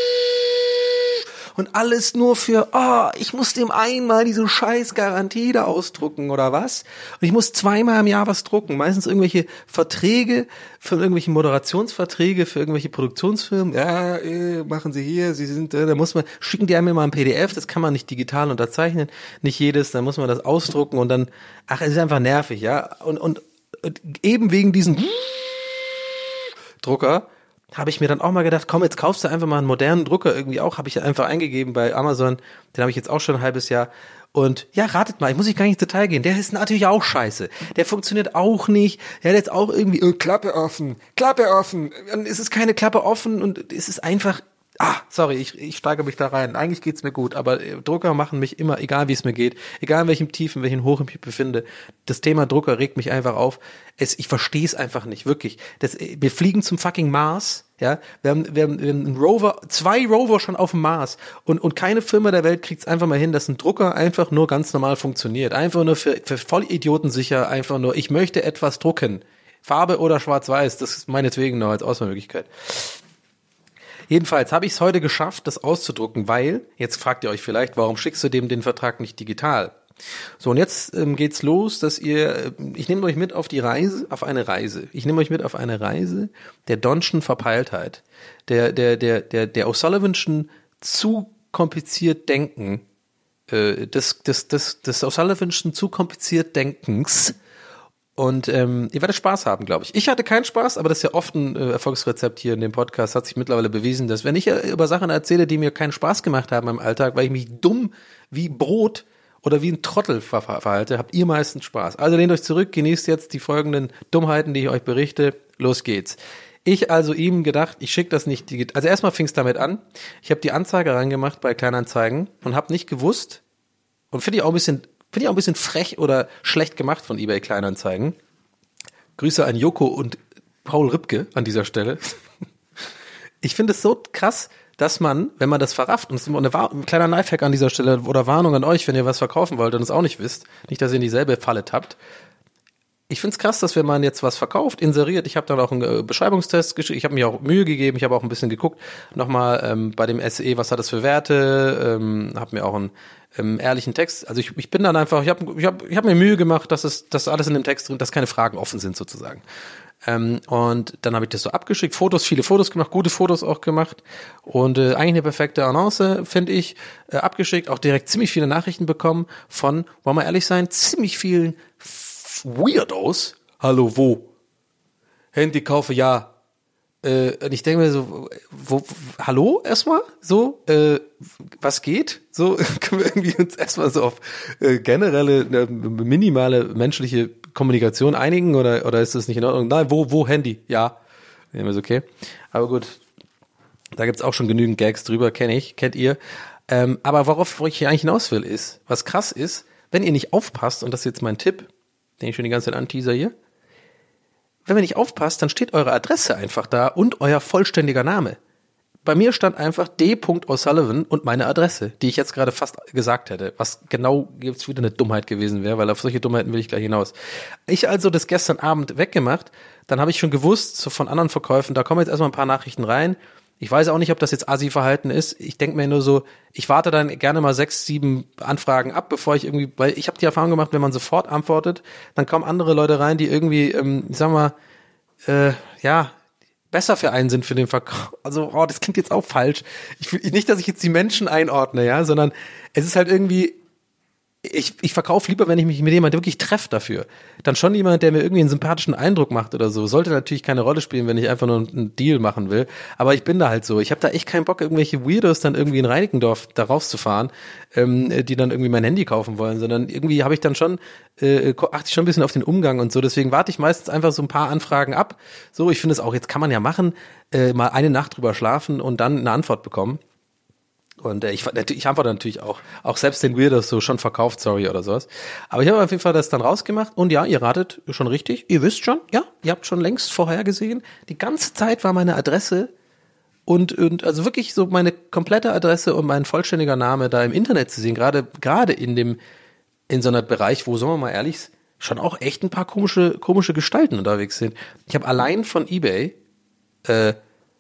Und alles nur für, oh, ich muss dem einmal diese scheiß Garantie da ausdrucken oder was? Und ich muss zweimal im Jahr was drucken. Meistens irgendwelche Verträge, für irgendwelche Moderationsverträge, für irgendwelche Produktionsfirmen. Ja, äh, machen Sie hier, Sie sind, äh, da muss man, schicken die einem mal ein P D F, das kann man nicht digital unterzeichnen. Nicht jedes, dann muss man das ausdrucken und dann, ach, es ist einfach nervig, ja. Und, und, und eben wegen diesem Drucker habe ich mir dann auch mal gedacht, komm, jetzt kaufst du einfach mal einen modernen Drucker irgendwie auch, habe ich einfach eingegeben bei Amazon, den habe ich jetzt auch schon ein halbes Jahr und ja, ratet mal, ich muss nicht gar nicht ins Detail gehen, der ist natürlich auch scheiße, der funktioniert auch nicht, der hat jetzt auch irgendwie, äh, Klappe offen, Klappe offen, und es ist keine Klappe offen und es ist einfach, ah, sorry, ich, ich steige mich da rein, eigentlich geht's mir gut, aber Drucker machen mich immer, egal wie es mir geht, egal in welchem Tief, in welchem Hoch ich mich befinde, das Thema Drucker regt mich einfach auf, es, ich verstehe es einfach nicht, wirklich, das, wir fliegen zum fucking Mars, ja, wir haben, wir haben einen Rover, zwei Rover schon auf dem Mars und, und keine Firma der Welt kriegt es einfach mal hin, dass ein Drucker einfach nur ganz normal funktioniert, einfach nur für, für Vollidioten sicher, einfach nur, ich möchte etwas drucken, Farbe oder schwarz-weiß, das ist meinetwegen noch als Auswahlmöglichkeit. Jedenfalls habe ich es heute geschafft, das auszudrucken, weil, jetzt fragt ihr euch vielleicht, warum schickst du dem den Vertrag nicht digital? So, und jetzt ähm, geht's los, dass ihr, ich nehme euch mit auf die Reise, auf eine Reise. Ich nehme euch mit auf eine Reise der Don'schen Verpeiltheit, der, der, der, der, der O'Sullivanschen zu kompliziert Denken, äh, des, des, des, des O'Sullivanschen zu kompliziert Denkens. Und ähm, ihr werdet Spaß haben, glaube ich. Ich hatte keinen Spaß, aber das ist ja oft ein äh, Erfolgsrezept hier in dem Podcast, hat sich mittlerweile bewiesen, dass wenn ich äh, über Sachen erzähle, die mir keinen Spaß gemacht haben im Alltag, weil ich mich dumm wie Brot oder wie ein Trottel ver- verhalte, habt ihr meistens Spaß. Also lehnt euch zurück, genießt jetzt die folgenden Dummheiten, die ich euch berichte. Los geht's. Ich also ihm gedacht, ich schicke das nicht digital. Also erstmal fing es damit an, ich habe die Anzeige reingemacht bei Kleinanzeigen und habe nicht gewusst, und finde ich auch ein bisschen, finde ich auch ein bisschen frech oder schlecht gemacht von eBay Kleinanzeigen. Grüße an Joko und Paul Ripke an dieser Stelle. Ich finde es so krass, dass man, wenn man das verrafft, und das ist eine War- ein kleiner Lifehack an dieser Stelle oder Warnung an euch, wenn ihr was verkaufen wollt und es auch nicht wisst, nicht, dass ihr in dieselbe Falle tappt. Ich finde es krass, dass wenn man jetzt was verkauft, inseriert, ich habe dann auch einen äh, Beschreibungstest geschickt, ich habe mir auch Mühe gegeben, ich habe auch ein bisschen geguckt, nochmal ähm, bei dem S E, was hat das für Werte, ähm, habe mir auch einen ähm, ehrlichen Text, also ich, ich bin dann einfach, ich habe ich hab, ich hab mir Mühe gemacht, dass es, dass alles in dem Text drin, dass keine Fragen offen sind sozusagen. Ähm, und dann habe ich das so abgeschickt, Fotos, viele Fotos gemacht, gute Fotos auch gemacht und äh, eigentlich eine perfekte Annonce, finde ich, äh, abgeschickt, auch direkt ziemlich viele Nachrichten bekommen von, wollen wir ehrlich sein, ziemlich vielen Weirdos. Hallo, wo? Handy kaufe, ja. Äh, und ich denke mir so, wo, wo, hallo erstmal? So, äh, was geht? So, können wir irgendwie uns erstmal so auf äh, generelle, äh, minimale menschliche Kommunikation einigen oder, oder ist das nicht in Ordnung? Nein, wo, wo Handy? Ja. Ja, ist okay. Aber gut, da gibt's auch schon genügend Gags drüber, kenne ich, kennt ihr. Ähm, aber worauf ich hier eigentlich hinaus will, ist, was krass ist, wenn ihr nicht aufpasst, und das ist jetzt mein Tipp, den ich schon die ganze Zeit anteaser hier, wenn ihr nicht aufpasst, dann steht eure Adresse einfach da und euer vollständiger Name. Bei mir stand einfach D. O'Sullivan und meine Adresse, die ich jetzt gerade fast gesagt hätte, was genau jetzt wieder eine Dummheit gewesen wäre, weil auf solche Dummheiten will ich gleich hinaus. Ich also das gestern Abend weggemacht, dann habe ich schon gewusst, so von anderen Verkäufen, da kommen jetzt erstmal ein paar Nachrichten rein. Ich weiß auch nicht, ob das jetzt Assi-Verhalten ist. Ich denke mir nur so, ich warte dann gerne mal sechs, sieben Anfragen ab, bevor ich irgendwie, weil ich habe die Erfahrung gemacht, wenn man sofort antwortet, dann kommen andere Leute rein, die irgendwie, ähm, ich sag mal, äh, ja, besser für einen sind für den Verkauf. Also, oh, das klingt jetzt auch falsch. Ich will nicht, dass ich jetzt die Menschen einordne, ja, sondern es ist halt irgendwie, ich, ich verkaufe lieber, wenn ich mich mit jemandem wirklich treffe dafür. Dann schon jemand, der mir irgendwie einen sympathischen Eindruck macht oder so. Sollte natürlich keine Rolle spielen, wenn ich einfach nur einen Deal machen will. Aber ich bin da halt so. Ich habe da echt keinen Bock, irgendwelche Weirdos dann irgendwie in Reinickendorf da rauszufahren, ähm, die dann irgendwie mein Handy kaufen wollen, sondern irgendwie habe ich dann schon, äh, achte ich schon ein bisschen auf den Umgang und so. Deswegen warte ich meistens einfach so ein paar Anfragen ab. So, ich finde es auch, jetzt kann man ja machen, äh, mal eine Nacht drüber schlafen und dann eine Antwort bekommen. Und äh, ich, ich antworte natürlich auch, auch selbst den Weirdos so schon verkauft, sorry oder sowas. Aber ich habe auf jeden Fall das dann rausgemacht und ja, ihr ratet schon richtig, ihr wisst schon, ja, ihr habt schon längst vorhergesehen, die ganze Zeit war meine Adresse und, und also wirklich so meine komplette Adresse und mein vollständiger Name da im Internet zu sehen, gerade gerade in dem, in so einem Bereich, wo, sagen wir mal ehrlich, schon auch echt ein paar komische, komische Gestalten unterwegs sind. Ich habe allein von eBay, äh,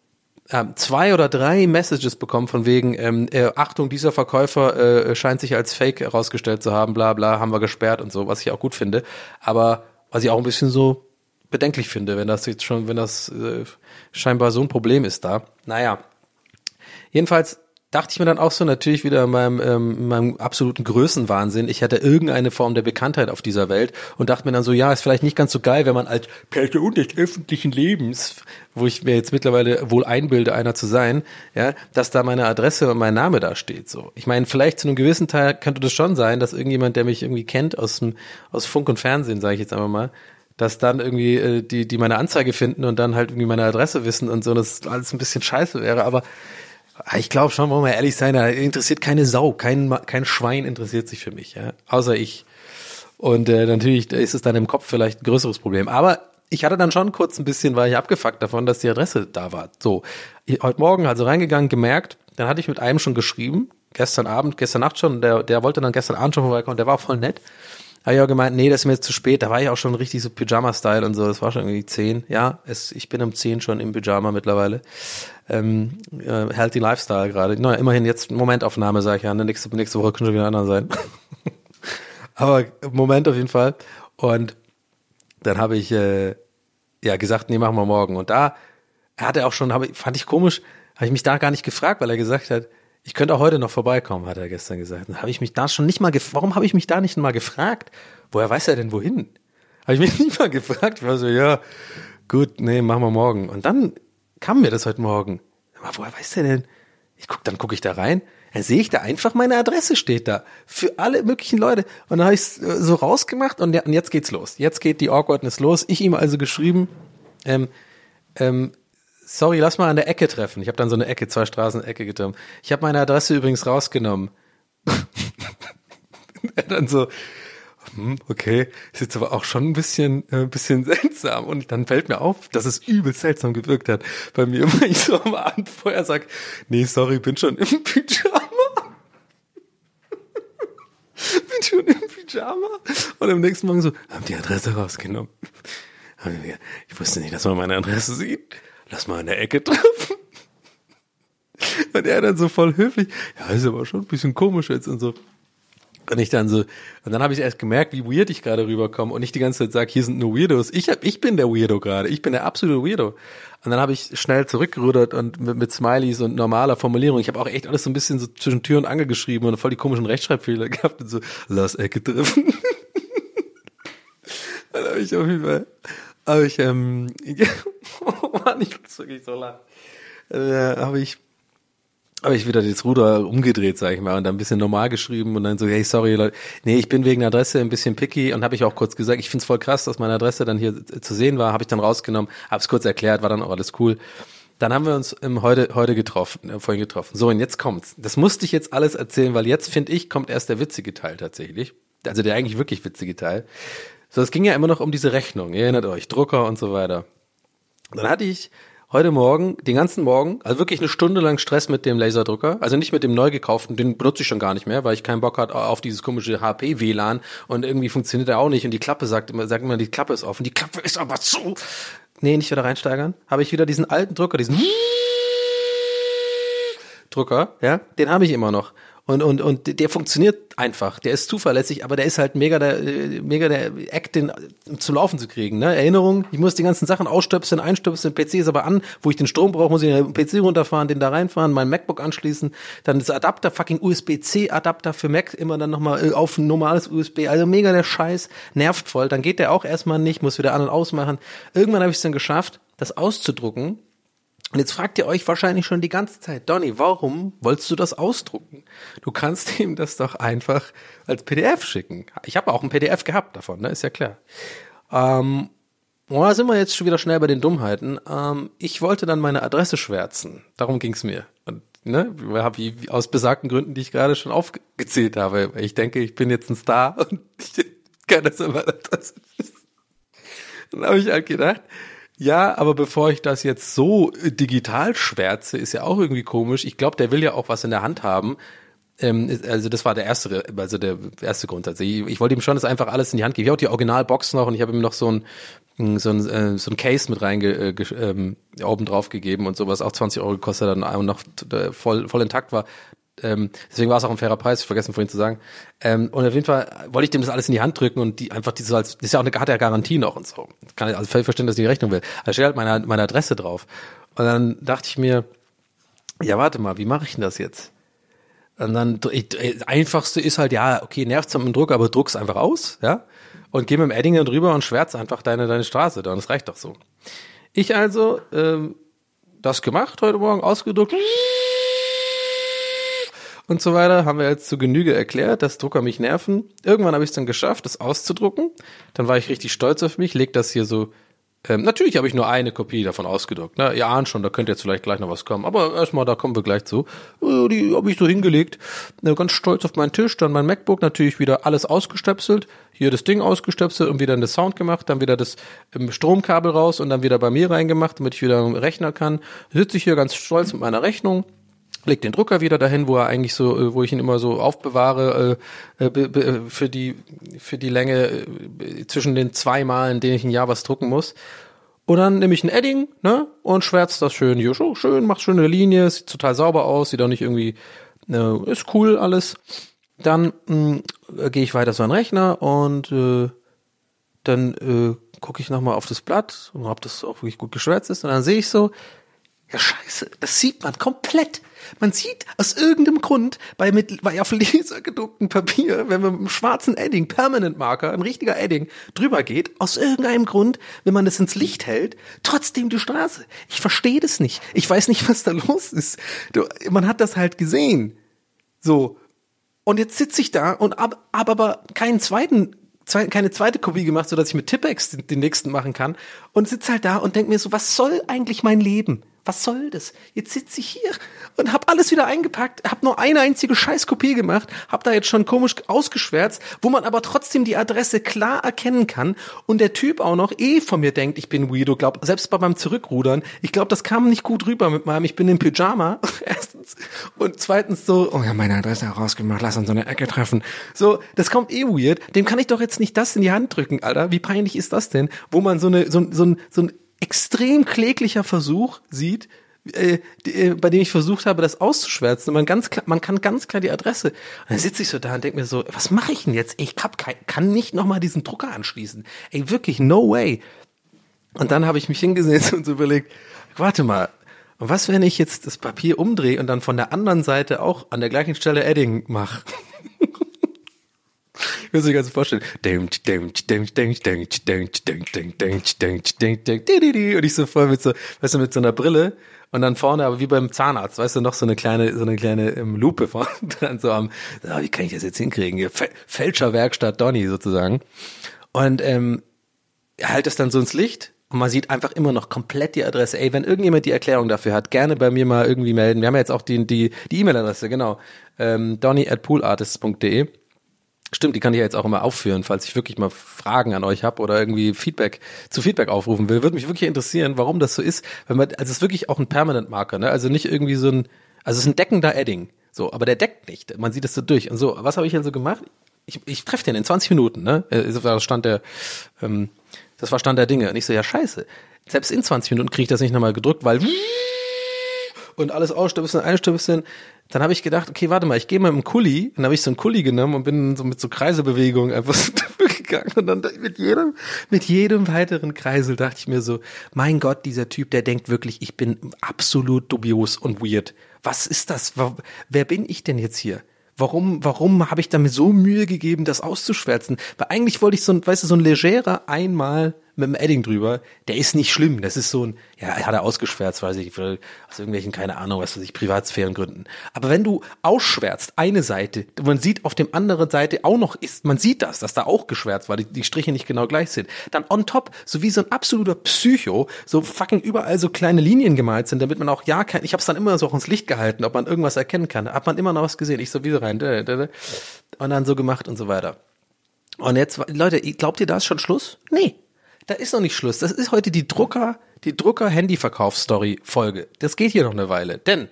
zwei oder drei Messages bekommen von wegen, ähm, äh, Achtung, dieser Verkäufer äh, scheint sich als Fake herausgestellt zu haben, bla bla, haben wir gesperrt und so, was ich auch gut finde. Aber was ich auch ein bisschen so bedenklich finde, wenn das jetzt schon, wenn das äh, scheinbar so ein Problem ist da. Naja, jedenfalls dachte ich mir dann auch so natürlich wieder in meinem, ähm, in meinem absoluten Größenwahnsinn, ich hätte irgendeine Form der Bekanntheit auf dieser Welt und dachte mir dann so, ja, ist vielleicht nicht ganz so geil, wenn man als Person des öffentlichen Lebens, wo ich mir jetzt mittlerweile wohl einbilde, einer zu sein, ja, dass da meine Adresse und mein Name da steht, so. Ich meine, vielleicht zu einem gewissen Teil könnte das schon sein, dass irgendjemand, der mich irgendwie kennt aus dem, aus Funk und Fernsehen, sage ich jetzt einfach mal, dass dann irgendwie äh, die, die meine Anzeige finden und dann halt irgendwie meine Adresse wissen und so, dass alles ein bisschen scheiße wäre, aber ich glaube schon, wollen wir ehrlich sein, da interessiert keine Sau, kein, kein Schwein interessiert sich für mich, ja, außer ich. Und äh, natürlich ist es dann im Kopf vielleicht ein größeres Problem. Aber ich hatte dann schon kurz ein bisschen, war ich abgefuckt davon, dass die Adresse da war. So, ich, heute Morgen also reingegangen, gemerkt, dann hatte ich mit einem schon geschrieben, gestern Abend, gestern Nacht schon, der, der wollte dann gestern Abend schon vorbeikommen, der war voll nett. Habe ich auch gemeint, nee, das ist mir jetzt zu spät, da war ich auch schon richtig so Pyjama-Style und so, das war schon irgendwie zehn, ja, es, ich bin um zehn schon im Pyjama mittlerweile. ähm, äh, Healthy Lifestyle gerade. Na, immerhin jetzt Momentaufnahme, sage ich ja. Ne? Nächste, nächste Woche können schon wieder anders sein. Aber Moment auf jeden Fall. Und dann habe ich äh, ja gesagt, nee, machen wir morgen. Und da hat er auch schon, hab, fand ich komisch, habe ich mich da gar nicht gefragt, weil er gesagt hat, ich könnte auch heute noch vorbeikommen, hat er gestern gesagt. Dann habe ich mich da schon nicht mal gefragt, warum habe ich mich da nicht mal gefragt? Woher weiß er denn wohin? Habe ich mich nicht mal gefragt. Ich war so, ja, gut, nee, machen wir morgen. Und dann kam mir das heute Morgen. Aber woher weiß der denn? Ich guck, dann gucke ich da rein, dann sehe ich da einfach, meine Adresse steht da. Für alle möglichen Leute. Und dann habe ich es so rausgemacht und, ja, und jetzt geht's los. Jetzt geht die Awkwardness los. Ich ihm also geschrieben, ähm, ähm, sorry, lass mal an der Ecke treffen. Ich habe dann so eine Ecke, zwei Straßen Ecke getroffen. Ich habe meine Adresse übrigens rausgenommen. Er dann so, hm, okay, ist jetzt aber auch schon ein bisschen, äh, ein bisschen seltsam. Und dann fällt mir auf, dass es übel seltsam gewirkt hat bei mir, wenn ich so am Abend vorher sage, nee, sorry, bin schon im Pyjama. bin schon im Pyjama. Und am nächsten Morgen so, haben die Adresse rausgenommen. Ich wusste nicht, dass man meine Adresse sieht. Lass mal an der Ecke treffen. Und er dann so voll höflich, ja, ist aber schon ein bisschen komisch jetzt und so. Und ich dann so, und dann habe ich erst gemerkt, wie weird ich gerade rüberkomme und ich die ganze Zeit sage, hier sind nur Weirdos. Ich hab, ich bin der Weirdo gerade. Ich bin der absolute Weirdo. Und dann habe ich schnell zurückgerudert und mit, mit Smileys und normaler Formulierung. Ich habe auch echt alles so ein bisschen so zwischen Tür und Angel geschrieben und voll die komischen Rechtschreibfehler gehabt und so, lass Ecke treffen. Dann habe ich auf jeden Fall, habe ich, ähm, oh Mann, ich muss wirklich so lachen. Äh, habe ich, habe ich wieder das Ruder umgedreht, sag ich mal, und dann ein bisschen normal geschrieben und dann so, hey, sorry, Leute, nee, ich bin wegen der Adresse ein bisschen picky und habe ich auch kurz gesagt, ich find's voll krass, dass meine Adresse dann hier zu sehen war, habe ich dann rausgenommen, hab's kurz erklärt, war dann auch alles cool. Dann haben wir uns ähm, heute heute getroffen, äh, vorhin getroffen. So, und jetzt kommt's. Das musste ich jetzt alles erzählen, weil jetzt, finde ich, kommt erst der witzige Teil tatsächlich. Also der eigentlich wirklich witzige Teil. So, es ging ja immer noch um diese Rechnung, ihr erinnert euch, Drucker und so weiter. Dann hatte ich heute Morgen, den ganzen Morgen, also wirklich eine Stunde lang Stress mit dem Laserdrucker, also nicht mit dem neu gekauften, den benutze ich schon gar nicht mehr, weil ich keinen Bock hatte auf dieses komische H P W L A N und irgendwie funktioniert er auch nicht und die Klappe sagt immer, sagt immer, die Klappe ist offen, die Klappe ist aber zu. Nee, nicht wieder reinsteigern. Habe ich wieder diesen alten Drucker, diesen Drucker, ja, den habe ich immer noch. Und, und, und der funktioniert einfach. Der ist zuverlässig, aber der ist halt mega der, mega der Act, den zum Laufen zu kriegen, ne? Erinnerung, ich muss die ganzen Sachen ausstöpseln, einstöpseln, P C ist aber an, wo ich den Strom brauche, muss ich den P C runterfahren, den da reinfahren, mein MacBook anschließen, dann das Adapter, fucking U S B C Adapter für Mac, immer dann nochmal auf ein normales U S B, also mega der Scheiß, nervt voll, dann geht der auch erstmal nicht, muss wieder an und ausmachen. Irgendwann habe ich es dann geschafft, das auszudrucken. Und jetzt fragt ihr euch wahrscheinlich schon die ganze Zeit, Donny, warum wolltest du das ausdrucken? Du kannst ihm das doch einfach als P D F schicken. Ich habe auch ein P D F gehabt davon, ne? Ist ja klar. Ähm, und da sind wir jetzt schon wieder schnell bei den Dummheiten. Ähm, ich wollte dann meine Adresse schwärzen. Darum ging's mir. Und, ne, wie, wie, aus besagten Gründen, die ich gerade schon aufgezählt habe. Ich denke, ich bin jetzt ein Star und ich kann das immer Adresse. Dann habe ich halt gedacht, ja, aber bevor ich das jetzt so digital schwärze, ist ja auch irgendwie komisch. Ich glaube, der will ja auch was in der Hand haben. Ähm, also das war der erste, also der erste Grund. Also ich, ich wollte ihm schon das einfach alles in die Hand geben. Ich habe auch die Originalbox noch und ich habe ihm noch so ein so ein, äh, so ein Case mit reinge äh, ähm, oben drauf gegeben und sowas, auch zwanzig Euro gekostet hat und noch äh, voll voll intakt war. Ähm, deswegen war es auch ein fairer Preis, vergessen vorhin zu sagen. Ähm, und auf jeden Fall wollte ich dem das alles in die Hand drücken und die einfach diese als, das ist ja auch eine, hat ja Garantie noch und so. Das kann ich also völlig verstehen, dass ich die Rechnung will. Da steht halt meine, meine Adresse drauf. Und dann dachte ich mir, ja, warte mal, wie mache ich denn das jetzt? Und dann, ich, das Einfachste ist halt, ja, okay, nervt's mit dem Druck, aber druck's einfach aus, ja? Und geh mit dem Edding drüber und schwärz einfach deine, deine Straße da und das reicht doch so. Ich also, ähm, das gemacht heute Morgen, ausgedruckt, und so weiter, haben wir jetzt zu Genüge erklärt, dass Drucker mich nerven. Irgendwann habe ich es dann geschafft, das auszudrucken. Dann war ich richtig stolz auf mich, leg das hier so, ähm, natürlich habe ich nur eine Kopie davon ausgedruckt. Ne? Ihr ahnt schon, da könnte jetzt vielleicht gleich noch was kommen. Aber erstmal, da kommen wir gleich zu. Die habe ich so hingelegt, ganz stolz auf meinen Tisch, dann mein MacBook, natürlich wieder alles ausgestöpselt. Hier das Ding ausgestöpselt und wieder eine Sound gemacht, dann wieder das Stromkabel raus und dann wieder bei mir reingemacht, damit ich wieder rechnen kann. Sitze ich hier ganz stolz mit meiner Rechnung. Leg den Drucker wieder dahin, wo er eigentlich so, wo ich ihn immer so aufbewahre äh, äh, für die für die Länge äh, zwischen den zwei Malen, in denen ich ein Jahr was drucken muss. Und dann nehme ich ein Edding, ne, und schwärze das schön hier, so schön, macht schöne Linie, sieht total sauber aus, sieht auch nicht irgendwie, äh, ist cool alles. Dann äh, gehe ich weiter so an den Rechner und äh, dann äh, gucke ich nochmal auf das Blatt und ob das auch wirklich gut geschwärzt ist. Und dann sehe ich so, ja scheiße, das sieht man komplett. Man sieht aus irgendeinem Grund bei, mit, bei auf Laser gedrucktem Papier, wenn man mit einem schwarzen Edding, Permanent Marker, ein richtiger Edding, drüber geht, aus irgendeinem Grund, wenn man das ins Licht hält, trotzdem die Straße. Ich verstehe das nicht. Ich weiß nicht, was da los ist. Du, man hat das halt gesehen. So. Und jetzt sitze ich da und habe hab aber keinen zweiten, zwei, keine zweite Kopie gemacht, sodass ich mit Tippex den, den nächsten machen kann. Und sitze halt da und denke mir so, was soll eigentlich mein Leben? Was soll das? Jetzt sitze ich hier und hab alles wieder eingepackt, hab nur eine einzige Scheißkopie gemacht, hab da jetzt schon komisch ausgeschwärzt, wo man aber trotzdem die Adresse klar erkennen kann und der Typ auch noch eh von mir denkt, ich bin weirdo, glaub, selbst bei meinem Zurückrudern, ich glaube, das kam nicht gut rüber mit meinem, ich bin im Pyjama, erstens, und zweitens so, oh ja, meine Adresse herausgemacht, lass uns so eine Ecke treffen. So, das kommt eh weird, dem kann ich doch jetzt nicht das in die Hand drücken, Alter, wie peinlich ist das denn, wo man so eine, so, so, so ein extrem kläglicher Versuch sieht, äh, die, äh, bei dem ich versucht habe, das auszuschwärzen. Und man ganz klar, man kann ganz klar die Adresse. Und dann sitze ich so da und denke mir so, was mache ich denn jetzt? Ich hab kein, kann nicht nochmal diesen Drucker anschließen. Ey, wirklich, no way. Und dann habe ich mich hingesetzt und so überlegt, warte mal, und was, wenn ich jetzt das Papier umdrehe und dann von der anderen Seite auch an der gleichen Stelle Edding mache? Ich muss mir ganz vorstellen. Und ich so voll mit so, weißt du, mit so einer Brille und dann vorne, aber wie beim Zahnarzt, weißt du, noch so eine kleine, so eine kleine ähm, Lupe vorne dran, so am, so, wie kann ich das jetzt hinkriegen? Hier, Fälscherwerkstatt Donny sozusagen. Und ähm, halt das dann so ins Licht und man sieht einfach immer noch komplett die Adresse. Ey, wenn irgendjemand die Erklärung dafür hat, gerne bei mir mal irgendwie melden. Wir haben ja jetzt auch die die die E-Mail-Adresse, genau. Ähm, donny at poolartists punkt de. Stimmt, die kann ich ja jetzt auch immer aufführen, falls ich wirklich mal Fragen an euch habe oder irgendwie Feedback zu Feedback aufrufen will. Würde mich wirklich interessieren, warum das so ist. Wenn man, also es ist wirklich auch ein Permanent Marker, ne? Also nicht irgendwie so ein, also es ist ein deckender Edding, so, aber der deckt nicht. Man sieht es so durch. Und so, was habe ich denn so gemacht? Ich, ich treffe den in zwanzig Minuten, ne? Das war Stand der, ähm, das war Stand der Dinge. Und ich so, ja scheiße. Selbst in zwanzig Minuten kriege ich das nicht nochmal gedrückt, weil und alles ausstöpseln, einstöpseln. Dann habe ich gedacht, okay, warte mal, ich gehe mal im Kuli. Und dann habe ich so einen Kuli genommen und bin so mit so Kreiselbewegungen einfach so gegangen. Und dann mit jedem, mit jedem weiteren Kreisel dachte ich mir so, mein Gott, dieser Typ, der denkt wirklich, ich bin absolut dubios und weird. Was ist das? Wer bin ich denn jetzt hier? Warum, warum habe ich da mir so Mühe gegeben, das auszuschwärzen? Weil eigentlich wollte ich so ein, weißt du, so ein legerer einmal mit dem Edding drüber, der ist nicht schlimm. Das ist so ein, ja, er hat er ausgeschwärzt, weiß ich, aus irgendwelchen, keine Ahnung, was weiß ich, Privatsphärengründen. Aber wenn du ausschwärzt, eine Seite, man sieht auf dem anderen Seite auch noch ist, man sieht das, dass da auch geschwärzt war, die, die Striche nicht genau gleich sind. Dann on top, so wie so ein absoluter Psycho, so fucking überall so kleine Linien gemalt sind, damit man auch, ja, kein, ich hab's dann immer so auch ins Licht gehalten, ob man irgendwas erkennen kann. Hat man immer noch was gesehen. Ich so wieder rein, und dann so gemacht und so weiter. Und jetzt, Leute, glaubt ihr, da ist schon Schluss? Nee. Da ist noch nicht Schluss. Das ist heute die Drucker, die Drucker-Handy-Verkaufsstory-Folge. Das geht hier noch eine Weile. Denn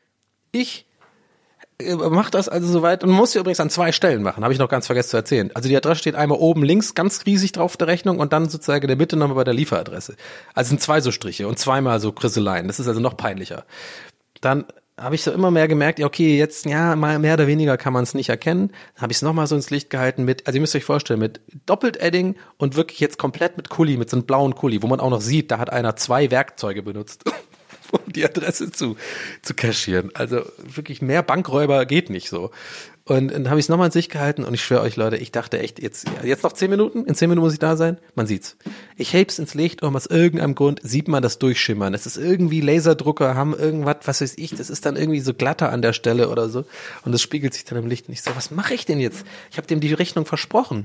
ich äh, mache das also soweit und man muss sie übrigens an zwei Stellen machen. Habe ich noch ganz vergessen zu erzählen. Also die Adresse steht einmal oben links ganz riesig drauf der Rechnung und dann sozusagen in der Mitte nochmal bei der Lieferadresse. Also sind zwei so Striche und zweimal so Krisseleien. Das ist also noch peinlicher. Dann habe ich so immer mehr gemerkt, ja okay, jetzt ja mal mehr oder weniger kann man es nicht erkennen. Dann habe ich es nochmal so ins Licht gehalten mit, also ihr müsst euch vorstellen, mit Doppelt-Edding und wirklich jetzt komplett mit Kuli, mit so einem blauen Kuli, wo man auch noch sieht, da hat einer zwei Werkzeuge benutzt, um die Adresse zu zu kaschieren. Also wirklich mehr Bankräuber geht nicht so. Und dann habe ich es nochmal ins Licht gehalten und ich schwöre euch, Leute, ich dachte echt, jetzt jetzt noch zehn Minuten, in zehn Minuten muss ich da sein, man sieht's. Ich heb's ins Licht und aus irgendeinem Grund sieht man das durchschimmern. Es ist irgendwie Laserdrucker, haben irgendwas, was weiß ich, das ist dann irgendwie so glatter an der Stelle oder so und das spiegelt sich dann im Licht und ich so, was mache ich denn jetzt? Ich habe dem die Rechnung versprochen.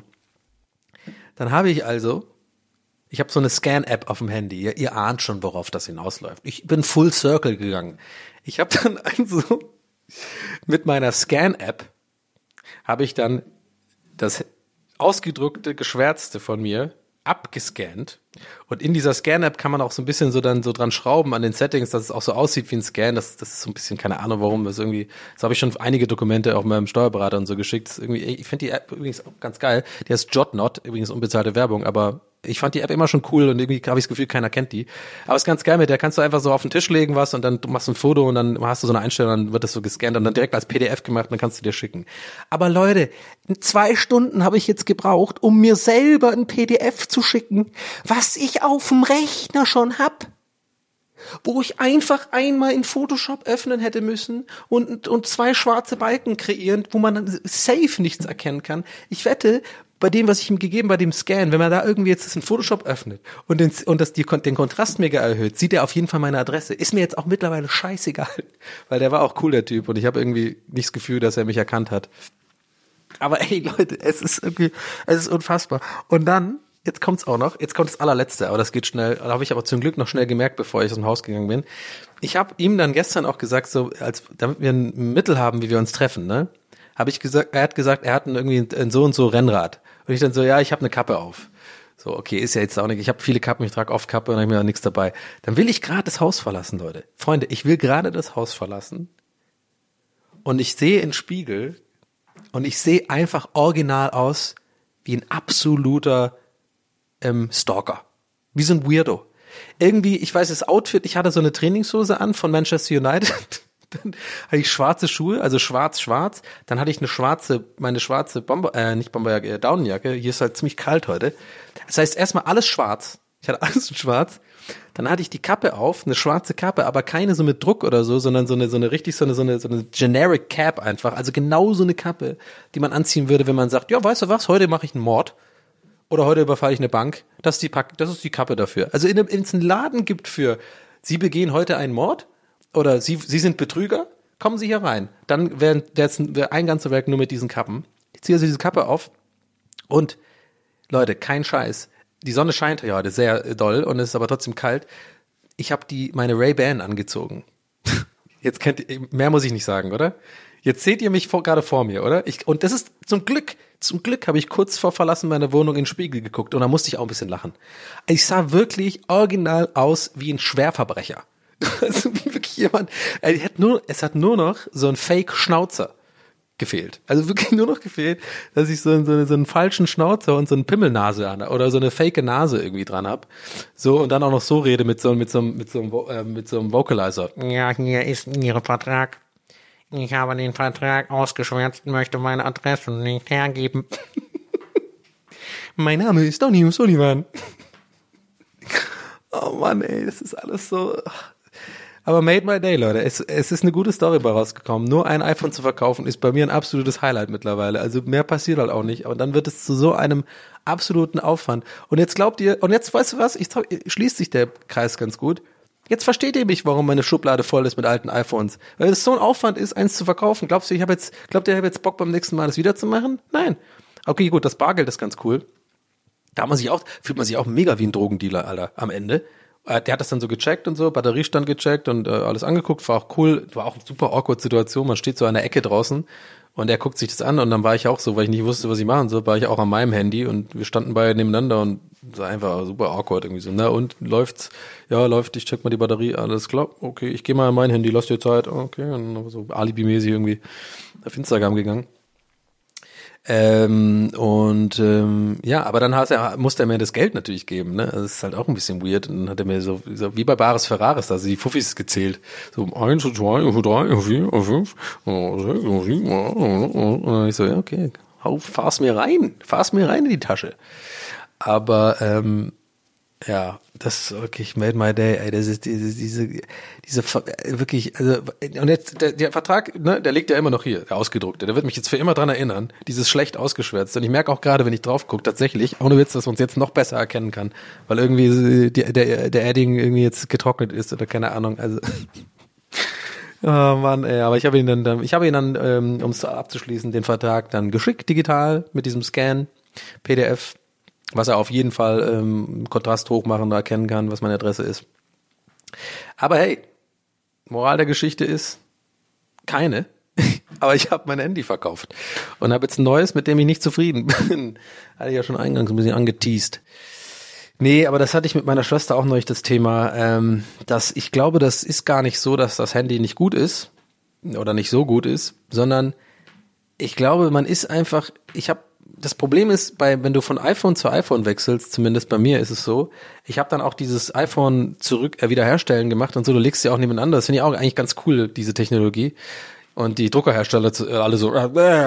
Dann habe ich also, ich habe so eine Scan-App auf dem Handy, ihr, ihr ahnt schon, worauf das hinausläuft. Ich bin Full Circle gegangen. Ich habe dann also mit meiner Scan-App habe ich dann das ausgedruckte, geschwärzte von mir abgescannt und in dieser Scan-App kann man auch so ein bisschen so dann so dran schrauben an den Settings, dass es auch so aussieht wie ein Scan. Das, das ist so ein bisschen, keine Ahnung warum, das irgendwie, das habe ich schon einige Dokumente auch meinem Steuerberater und so geschickt. Das ist irgendwie, ich finde die App übrigens auch ganz geil. Die heißt JotNot, übrigens unbezahlte Werbung, aber Ich fand die App immer schon cool und irgendwie habe ich das Gefühl, keiner kennt die. Aber ist ganz geil, mit der kannst du einfach so auf den Tisch legen was und dann du machst ein Foto und dann hast du so eine Einstellung, dann wird das so gescannt und dann direkt als P D F gemacht und dann kannst du dir schicken. Aber Leute, zwei Stunden habe ich jetzt gebraucht, um mir selber ein P D F zu schicken, was ich auf dem Rechner schon hab. Wo ich einfach einmal in Photoshop öffnen hätte müssen und, und zwei schwarze Balken kreieren, wo man safe nichts erkennen kann. Ich wette, bei dem, was ich ihm gegeben, bei dem Scan, wenn man da irgendwie jetzt das in Photoshop öffnet und, den, und das die, den Kontrast mega erhöht, sieht er auf jeden Fall meine Adresse. Ist mir jetzt auch mittlerweile scheißegal, weil der war auch cool, der Typ, und ich habe irgendwie nicht das Gefühl, dass er mich erkannt hat. Aber ey, Leute, es ist irgendwie, es ist unfassbar. Und dann, jetzt kommt's auch noch, jetzt kommt das allerletzte, aber das geht schnell, da habe ich aber zum Glück noch schnell gemerkt, bevor ich aus dem Haus gegangen bin. Ich habe ihm dann gestern auch gesagt, so als damit wir ein Mittel haben, wie wir uns treffen, ne, habe ich gesagt, er hat gesagt, er hat ein, irgendwie ein so und so Rennrad. Und ich dann so, ja, ich habe eine Kappe auf. So, okay, ist ja jetzt auch nicht, ich habe viele Kappen, ich trage oft Kappe und habe mir da nichts dabei. Dann will ich gerade das Haus verlassen, Leute. Freunde, ich will gerade das Haus verlassen und ich sehe in den Spiegel und ich sehe einfach original aus wie ein absoluter ähm, Stalker. Wie so ein Weirdo. Irgendwie, ich weiß, das Outfit, ich hatte so eine Trainingshose an von Manchester United. Dann hatte ich schwarze Schuhe, also schwarz-schwarz. Dann hatte ich eine schwarze, meine schwarze Bomber, äh, nicht Bomberjacke, äh, Daunenjacke. Hier ist halt ziemlich kalt heute. Das heißt, erstmal alles schwarz. Ich hatte alles in schwarz. Dann hatte ich die Kappe auf, eine schwarze Kappe, aber keine so mit Druck oder so, sondern so eine, so eine richtig, so eine, so eine, so eine generic Cap einfach. Also genau so eine Kappe, die man anziehen würde, wenn man sagt, ja, weißt du was, heute mache ich einen Mord. Oder heute überfalle ich eine Bank. Das ist die Pack, das ist die Kappe dafür. Also in, in es einen Laden gibt für, Sie begehen heute einen Mord, oder Sie, Sie sind Betrüger, kommen Sie hier rein. Dann wäre wär ein ganzer Werk nur mit diesen Kappen. Ich ziehe also diese Kappe auf und, Leute, kein Scheiß. Die Sonne scheint ja heute sehr doll und es ist aber trotzdem kalt. Ich habe die meine Ray-Ban angezogen. Jetzt kennt ihr, mehr muss ich nicht sagen, oder? Jetzt seht ihr mich vor, gerade vor mir, oder? Ich, und das ist zum Glück, zum Glück habe ich kurz vor Verlassen meiner Wohnung in den Spiegel geguckt und da musste ich auch ein bisschen lachen. Ich sah wirklich original aus wie ein Schwerverbrecher. Also wie wirklich jemand, es hat nur, es hat nur noch so ein Fake-Schnauzer gefehlt. Also wirklich nur noch gefehlt, dass ich so einen, so einen, so einen falschen Schnauzer und so eine Pimmelnase an oder so eine fake Nase irgendwie dran hab. So, und dann auch noch so rede mit so, mit so, mit so, einem, äh, mit so einem Vocalizer. Ja, hier ist Ihr Vertrag. Ich habe den Vertrag ausgeschwärzt, möchte meine Adresse nicht hergeben. Mein Name ist Donny O'Sullivan. Oh Mann, ey, das ist alles so. Aber made my day, Leute. Es, es ist eine gute Story bei rausgekommen. Nur ein iPhone zu verkaufen ist bei mir ein absolutes Highlight mittlerweile. Also mehr passiert halt auch nicht. Aber dann wird es zu so einem absoluten Aufwand. Und jetzt glaubt ihr, und jetzt weißt du was, ich schließt sich der Kreis ganz gut. Jetzt versteht ihr mich, warum meine Schublade voll ist mit alten iPhones. Weil es so ein Aufwand ist, eins zu verkaufen. Glaubst du, ich habe jetzt, glaubt ihr, ich habe jetzt Bock beim nächsten Mal das wieder zu machen? Nein. Okay, gut, das Bargeld ist ganz cool. Da hat man sich auch, fühlt man sich auch mega wie ein Drogendealer, Alter, am Ende. Der hat das dann so gecheckt und so, Batteriestand gecheckt und äh, alles angeguckt, war auch cool, war auch eine super awkward Situation, man steht so an der Ecke draußen und er guckt sich das an und dann war ich auch so, weil ich nicht wusste, was ich machen soll, war ich auch an meinem Handy und wir standen beide nebeneinander und es war einfach super awkward irgendwie so, na und, läuft's? Ja, läuft, ich check mal die Batterie, alles klar, okay, ich gehe mal an mein Handy, lass dir Zeit, okay, und dann so alibimäßig irgendwie auf Instagram gegangen. Ähm, und ähm, ja, aber dann hat er, musste er mir das Geld natürlich geben, ne? Das ist halt auch ein bisschen weird. Und dann hat er mir so, so wie bei Bares Ferraris, also die Fuffis gezählt. So eins, zwei, drei, vier, fünf, sechs, sieben, und dann ich so, ja, okay, hau, fahr's mir rein, fahr's mir rein in die Tasche. Aber ähm, ja, das ist wirklich made my day, ey, das ist diese, diese, diese, wirklich, also, und jetzt, der, der Vertrag, ne, der liegt ja immer noch hier, der ausgedruckte, der wird mich jetzt für immer dran erinnern, dieses schlecht ausgeschwärzt, und ich merke auch gerade, wenn ich drauf gucke, tatsächlich, ohne Witz, dass man es jetzt noch besser erkennen kann, weil irgendwie die, der, der Edding irgendwie jetzt getrocknet ist, oder keine Ahnung, also, oh Mann, ey, aber ich habe ihn dann, ich habe ihn dann, ähm, um es abzuschließen, den Vertrag dann geschickt, digital, mit diesem Scan, P D F, was er auf jeden Fall ähm, Kontrast hochmachen da erkennen kann, was meine Adresse ist. Aber hey, Moral der Geschichte ist keine, aber ich habe mein Handy verkauft und habe jetzt ein neues, mit dem ich nicht zufrieden bin. Hatte ich ja schon eingangs ein bisschen angeteased. Nee, aber das hatte ich mit meiner Schwester auch neulich das Thema, ähm, dass ich glaube, das ist gar nicht so, dass das Handy nicht gut ist oder nicht so gut ist, sondern ich glaube, man ist einfach, ich habe das Problem ist, bei wenn du von iPhone zu iPhone wechselst, zumindest bei mir ist es so, ich habe dann auch dieses iPhone zurück äh, wiederherstellen gemacht und so, du legst sie auch nebeneinander. Das finde ich auch eigentlich ganz cool, diese Technologie. Und die Druckerhersteller zu, äh, alle so, äh,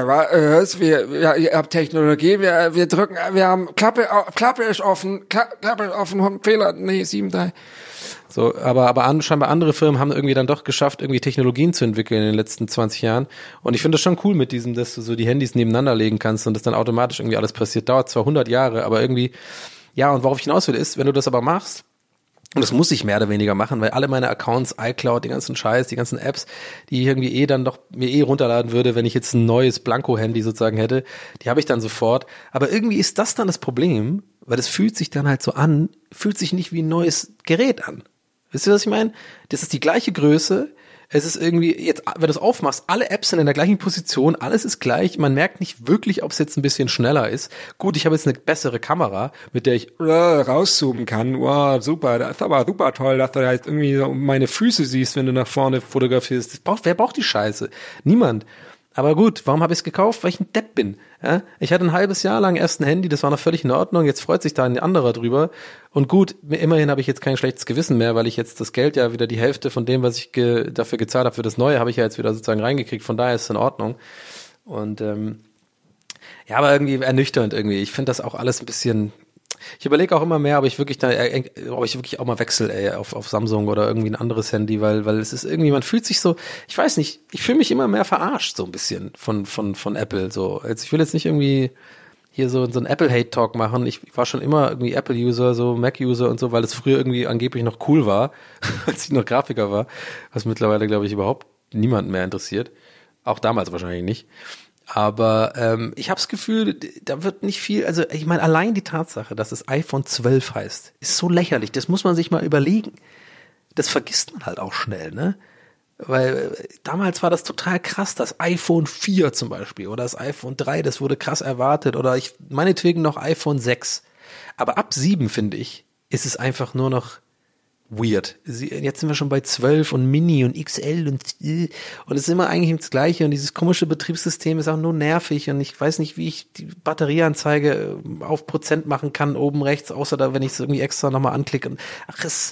Was? Wir, wir, ihr habt Technologie, wir, wir drücken, wir haben Klappe, au- Klappe ist offen, Kla, Klappe ist offen, Fehler, nee, sieben drei. so, aber aber an, scheinbar andere Firmen haben irgendwie dann doch geschafft, irgendwie Technologien zu entwickeln in den letzten zwanzig Jahren. Und ich finde das schon cool mit diesem, dass du so die Handys nebeneinander legen kannst und das dann automatisch irgendwie alles passiert. Dauert zwar hundert Jahre, aber irgendwie, ja, und worauf ich hinaus will ist, wenn du das aber machst, und das muss ich mehr oder weniger machen, weil alle meine Accounts, iCloud, die ganzen Scheiß, die ganzen Apps, die ich irgendwie eh dann doch mir eh runterladen würde, wenn ich jetzt ein neues Blanko-Handy sozusagen hätte, die habe ich dann sofort. Aber irgendwie ist das dann das Problem, weil es fühlt sich dann halt so an, fühlt sich nicht wie ein neues Gerät an. Wisst ihr, was ich meine? Das ist die gleiche Größe. Es ist irgendwie, jetzt, wenn du es aufmachst, alle Apps sind in der gleichen Position, alles ist gleich, man merkt nicht wirklich, ob es jetzt ein bisschen schneller ist. Gut, ich habe jetzt eine bessere Kamera, mit der ich äh, rauszoomen kann. Wow, super, das ist aber super toll, dass du halt irgendwie so meine Füße siehst, wenn du nach vorne fotografierst. Das braucht, wer braucht die Scheiße? Niemand. Aber gut, warum habe ich es gekauft? Weil ich ein Depp bin. Ja? Ich hatte ein halbes Jahr lang erst ein Handy, das war noch völlig in Ordnung, jetzt freut sich da ein anderer drüber. Und gut, immerhin habe ich jetzt kein schlechtes Gewissen mehr, weil ich jetzt das Geld ja wieder die Hälfte von dem, was ich ge- dafür gezahlt habe für das Neue, habe ich ja jetzt wieder sozusagen reingekriegt, von daher ist es in Ordnung. Und ähm, ja, aber irgendwie ernüchternd irgendwie. Ich finde das auch alles ein bisschen... Ich überlege auch immer mehr, ob ich wirklich da, äh, ob ich wirklich auch mal wechsle ey, auf, auf Samsung oder irgendwie ein anderes Handy, weil, weil es ist irgendwie, man fühlt sich so, ich weiß nicht, ich fühle mich immer mehr verarscht so ein bisschen von, von, von Apple, so. Also ich will jetzt nicht irgendwie hier so, so einen Apple-Hate-Talk machen. Ich war schon immer irgendwie Apple-User, so Mac-User und so, weil es früher irgendwie angeblich noch cool war, als ich noch Grafiker war, was mittlerweile, glaube ich, überhaupt niemanden mehr interessiert. Auch damals wahrscheinlich nicht. Aber ähm, ich habe das Gefühl, da wird nicht viel, also ich meine, allein die Tatsache, dass es iPhone zwölf heißt, ist so lächerlich, das muss man sich mal überlegen. Das vergisst man halt auch schnell, ne? Weil äh, damals war das total krass, das iPhone vier zum Beispiel oder das iPhone drei, das wurde krass erwartet oder ich meinetwegen noch iPhone sechs. Aber ab sieben, finde ich, ist es einfach nur noch weird. Sie, jetzt sind wir schon bei zwölf und Mini und X L und und es ist immer eigentlich das Gleiche und dieses komische Betriebssystem ist auch nur nervig und ich weiß nicht, wie ich die Batterieanzeige auf Prozent machen kann oben rechts, außer da, wenn ich es irgendwie extra nochmal anklicke. Und, ach, es,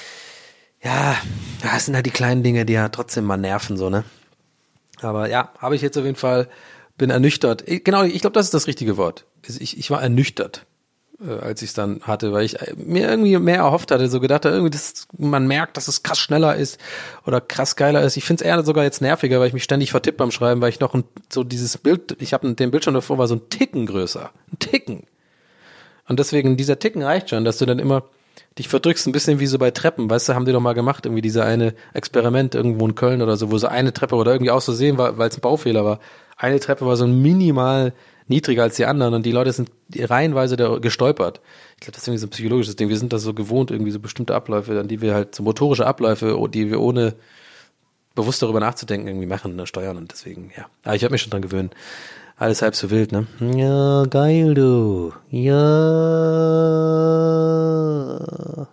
ja, das sind halt die kleinen Dinge, die ja trotzdem mal nerven, so, ne? Aber ja, habe ich jetzt auf jeden Fall, bin ernüchtert. Genau, ich glaube, das ist das richtige Wort. Ich, ich war ernüchtert, als ich es dann hatte, weil ich mir irgendwie mehr erhofft hatte, so gedacht, irgendwie das, man merkt, dass es krass schneller ist oder krass geiler ist. Ich finde es eher sogar jetzt nerviger, weil ich mich ständig vertipp beim Schreiben, weil ich noch ein, so dieses Bild, ich habe den Bildschirm davor, war so ein Ticken größer, ein Ticken. Und deswegen, dieser Ticken reicht schon, dass du dann immer dich verdrückst, ein bisschen wie so bei Treppen, weißt du, haben die doch mal gemacht, irgendwie diese eine Experiment irgendwo in Köln oder so, wo so eine Treppe oder irgendwie aus Versehen war, weil es ein Baufehler war. Eine Treppe war so minimal niedriger als die anderen und die Leute sind reihenweise da gestolpert. Ich glaube, das ist irgendwie so ein psychologisches Ding. Wir sind das so gewohnt, irgendwie so bestimmte Abläufe, an die wir halt, so motorische Abläufe, die wir ohne bewusst darüber nachzudenken irgendwie machen, ne, steuern und deswegen, ja. Aber ich habe mich schon dran gewöhnt. Alles halb so wild, ne? Ja, geil, du. Ja.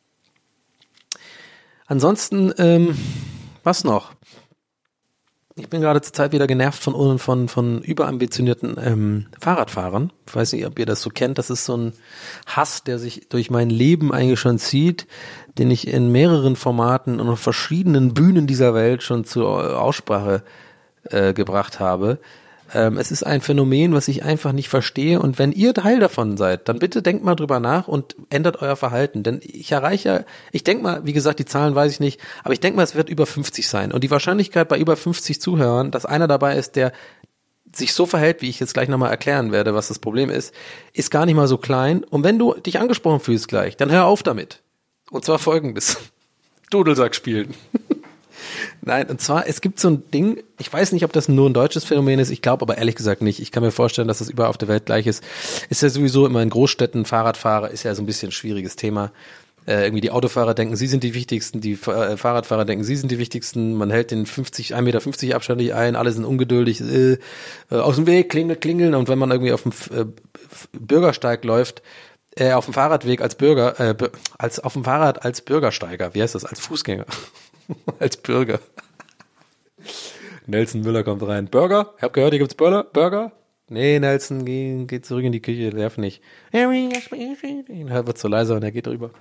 Ansonsten, ähm, was noch? Ich bin gerade zur Zeit wieder genervt von von von überambitionierten ähm, Fahrradfahrern. Ich weiß nicht, ob ihr das so kennt. Das ist so ein Hass, der sich durch mein Leben eigentlich schon zieht, den ich in mehreren Formaten und auf verschiedenen Bühnen dieser Welt schon zur Aussprache äh, gebracht habe. Ähm, es ist ein Phänomen, was ich einfach nicht verstehe. Und wenn ihr Teil davon seid, dann bitte denkt mal drüber nach und ändert euer Verhalten. Denn ich erreiche, ich denke mal, wie gesagt, die Zahlen weiß ich nicht, aber ich denke mal, es wird über fünfzig sein. Und die Wahrscheinlichkeit bei über fünfzig Zuhörern, dass einer dabei ist, der sich so verhält, wie ich jetzt gleich nochmal erklären werde, was das Problem ist, ist gar nicht mal so klein. Und wenn du dich angesprochen fühlst gleich, dann hör auf damit. Und zwar folgendes. Dudelsack spielen. Nein, und zwar, es gibt so ein Ding, ich weiß nicht, ob das nur ein deutsches Phänomen ist, ich glaube aber ehrlich gesagt nicht. Ich kann mir vorstellen, dass das überall auf der Welt gleich ist. Ist ja sowieso immer in Großstädten, Fahrradfahrer ist ja so ein bisschen ein schwieriges Thema. Äh, irgendwie die Autofahrer denken, sie sind die Wichtigsten, die äh, Fahrradfahrer denken, sie sind die Wichtigsten. Man hält den fünfzig, ein Meter fünfzig Abstand nicht ein, alle sind ungeduldig, äh, äh, aus dem Weg, klingeln, klingeln. Und wenn man irgendwie auf dem äh, Bürgersteig läuft, äh, auf dem Fahrradweg als Bürger, äh, als auf dem Fahrrad als Bürgersteiger, wie heißt das, als Fußgänger. Als Bürger. Nelson Müller kommt rein. Burger? Ich hab gehört, hier gibt's Burger. Burger? Nee, Nelson, geh, geh zurück in die Küche, nerv nicht. Er wird so leiser und er geht drüber.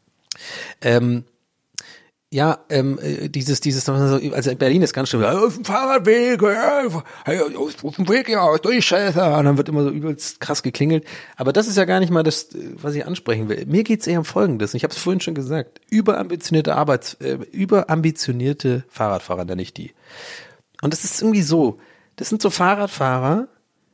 Ähm, ja, ähm, dieses, dieses, also in Berlin ist ganz schön, auf dem Fahrradweg, auf dem Weg, ja, durchscheiße. Und dann wird immer so übelst krass geklingelt. Aber das ist ja gar nicht mal das, was ich ansprechen will. Mir geht's eher um Folgendes. Ich habe es vorhin schon gesagt. Überambitionierte Arbeits, äh, überambitionierte Fahrradfahrer nenne ich die. Und das ist irgendwie so, das sind so Fahrradfahrer,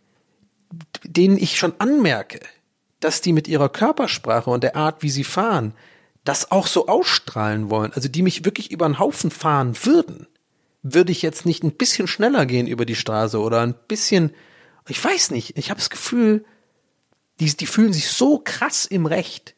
denen ich schon anmerke, dass die mit ihrer Körpersprache und der Art, wie sie fahren, das auch so ausstrahlen wollen, also die mich wirklich über den Haufen fahren würden, würde ich jetzt nicht ein bisschen schneller gehen über die Straße oder ein bisschen, ich weiß nicht, ich habe das Gefühl, die, die fühlen sich so krass im Recht,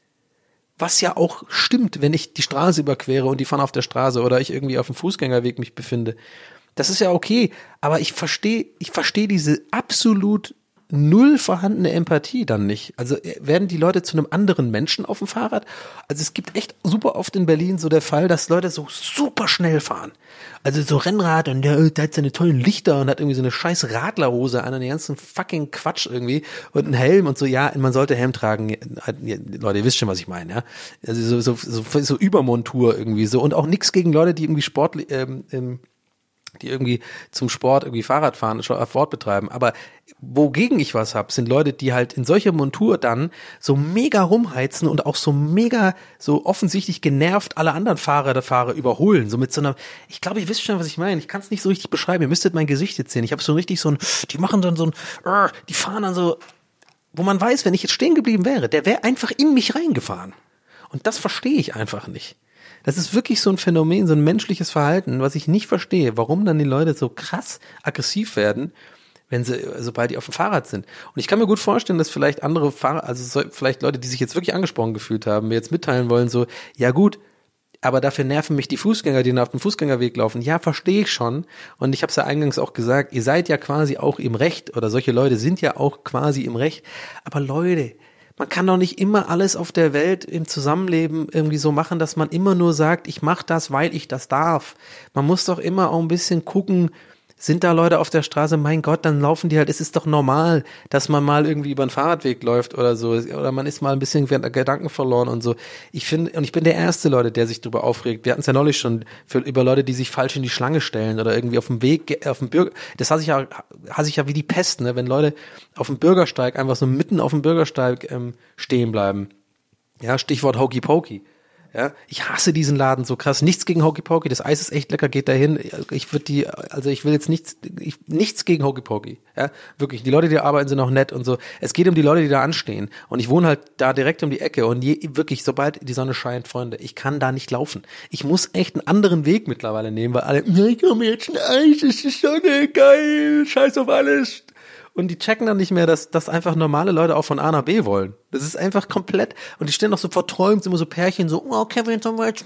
was ja auch stimmt, wenn ich die Straße überquere und die fahren auf der Straße oder ich irgendwie auf dem Fußgängerweg mich befinde. Das ist ja okay, aber ich verstehe, ich verstehe diese absolut null vorhandene Empathie dann nicht. Also werden die Leute zu einem anderen Menschen auf dem Fahrrad? Also es gibt echt super oft in Berlin so der Fall, dass Leute so super schnell fahren. Also so Rennrad und der, der hat seine tollen Lichter und hat irgendwie so eine scheiß Radlerhose an, den ganzen fucking Quatsch irgendwie und einen Helm und so. Ja, man sollte Helm tragen. Leute, ihr wisst schon, was ich meine, ja. Also so, so, so, so Übermontur irgendwie so und auch nichts gegen Leute, die irgendwie Sport, ähm, ähm, die irgendwie zum Sport irgendwie Fahrrad fahren, Sport betreiben. Aber wogegen ich was hab, sind Leute, die halt in solcher Montur dann so mega rumheizen und auch so mega, so offensichtlich genervt alle anderen Fahrer der Fahrer überholen. So mit so einer, ich glaube, ihr wisst schon, was ich meine. Ich kann es nicht so richtig beschreiben. Ihr müsstet mein Gesicht jetzt sehen. Ich habe so richtig so ein, die machen dann so ein, uh, die fahren dann so, wo man weiß, wenn ich jetzt stehen geblieben wäre, der wäre einfach in mich reingefahren. Und das verstehe ich einfach nicht. Das ist wirklich so ein Phänomen, so ein menschliches Verhalten, was ich nicht verstehe, warum dann die Leute so krass aggressiv werden, wenn sie, sobald die auf dem Fahrrad sind. Und ich kann mir gut vorstellen, dass vielleicht andere Fahrer, also so, vielleicht Leute, die sich jetzt wirklich angesprochen gefühlt haben, mir jetzt mitteilen wollen, so, ja gut, aber dafür nerven mich die Fußgänger, die auf dem Fußgängerweg laufen. Ja, verstehe ich schon. Und ich habe es ja eingangs auch gesagt, ihr seid ja quasi auch im Recht, oder solche Leute sind ja auch quasi im Recht. Aber Leute, man kann doch nicht immer alles auf der Welt im Zusammenleben irgendwie so machen, dass man immer nur sagt, ich mache das, weil ich das darf. Man muss doch immer auch ein bisschen gucken, sind da Leute auf der Straße, mein Gott, dann laufen die halt, es ist doch normal, dass man mal irgendwie über den Fahrradweg läuft oder so, oder man ist mal ein bisschen Gedanken verloren und so. Ich finde, und ich bin der erste Leute, der sich darüber aufregt. Wir hatten es ja neulich schon für, über Leute, die sich falsch in die Schlange stellen oder irgendwie auf dem Weg, auf dem Bürger, das hasse ich ja, hasse ich ja wie die Pest, ne, wenn Leute auf dem Bürgersteig einfach so mitten auf dem Bürgersteig ähm, stehen bleiben. Ja, Stichwort Hokey Pokey. Ja, ich hasse diesen Laden so krass. Nichts gegen Hokey Pokey, das Eis ist echt lecker, geht dahin. Ich würde die, also ich will jetzt nichts, ich, nichts gegen Hokey Pokey. Ja, wirklich. Die Leute, die da arbeiten, sind auch nett und so. Es geht um die Leute, die da anstehen. Und ich wohne halt da direkt um die Ecke und je, wirklich, sobald die Sonne scheint, Freunde, ich kann da nicht laufen. Ich muss echt einen anderen Weg mittlerweile nehmen, weil alle, ja, ich komme jetzt ein Eis, es ist Sonne, geil, scheiß auf alles. Und die checken dann nicht mehr, dass, dass einfach normale Leute auch von A nach B wollen. Das ist einfach komplett, und die stehen noch so verträumt, immer so Pärchen, so, oh, Kevin,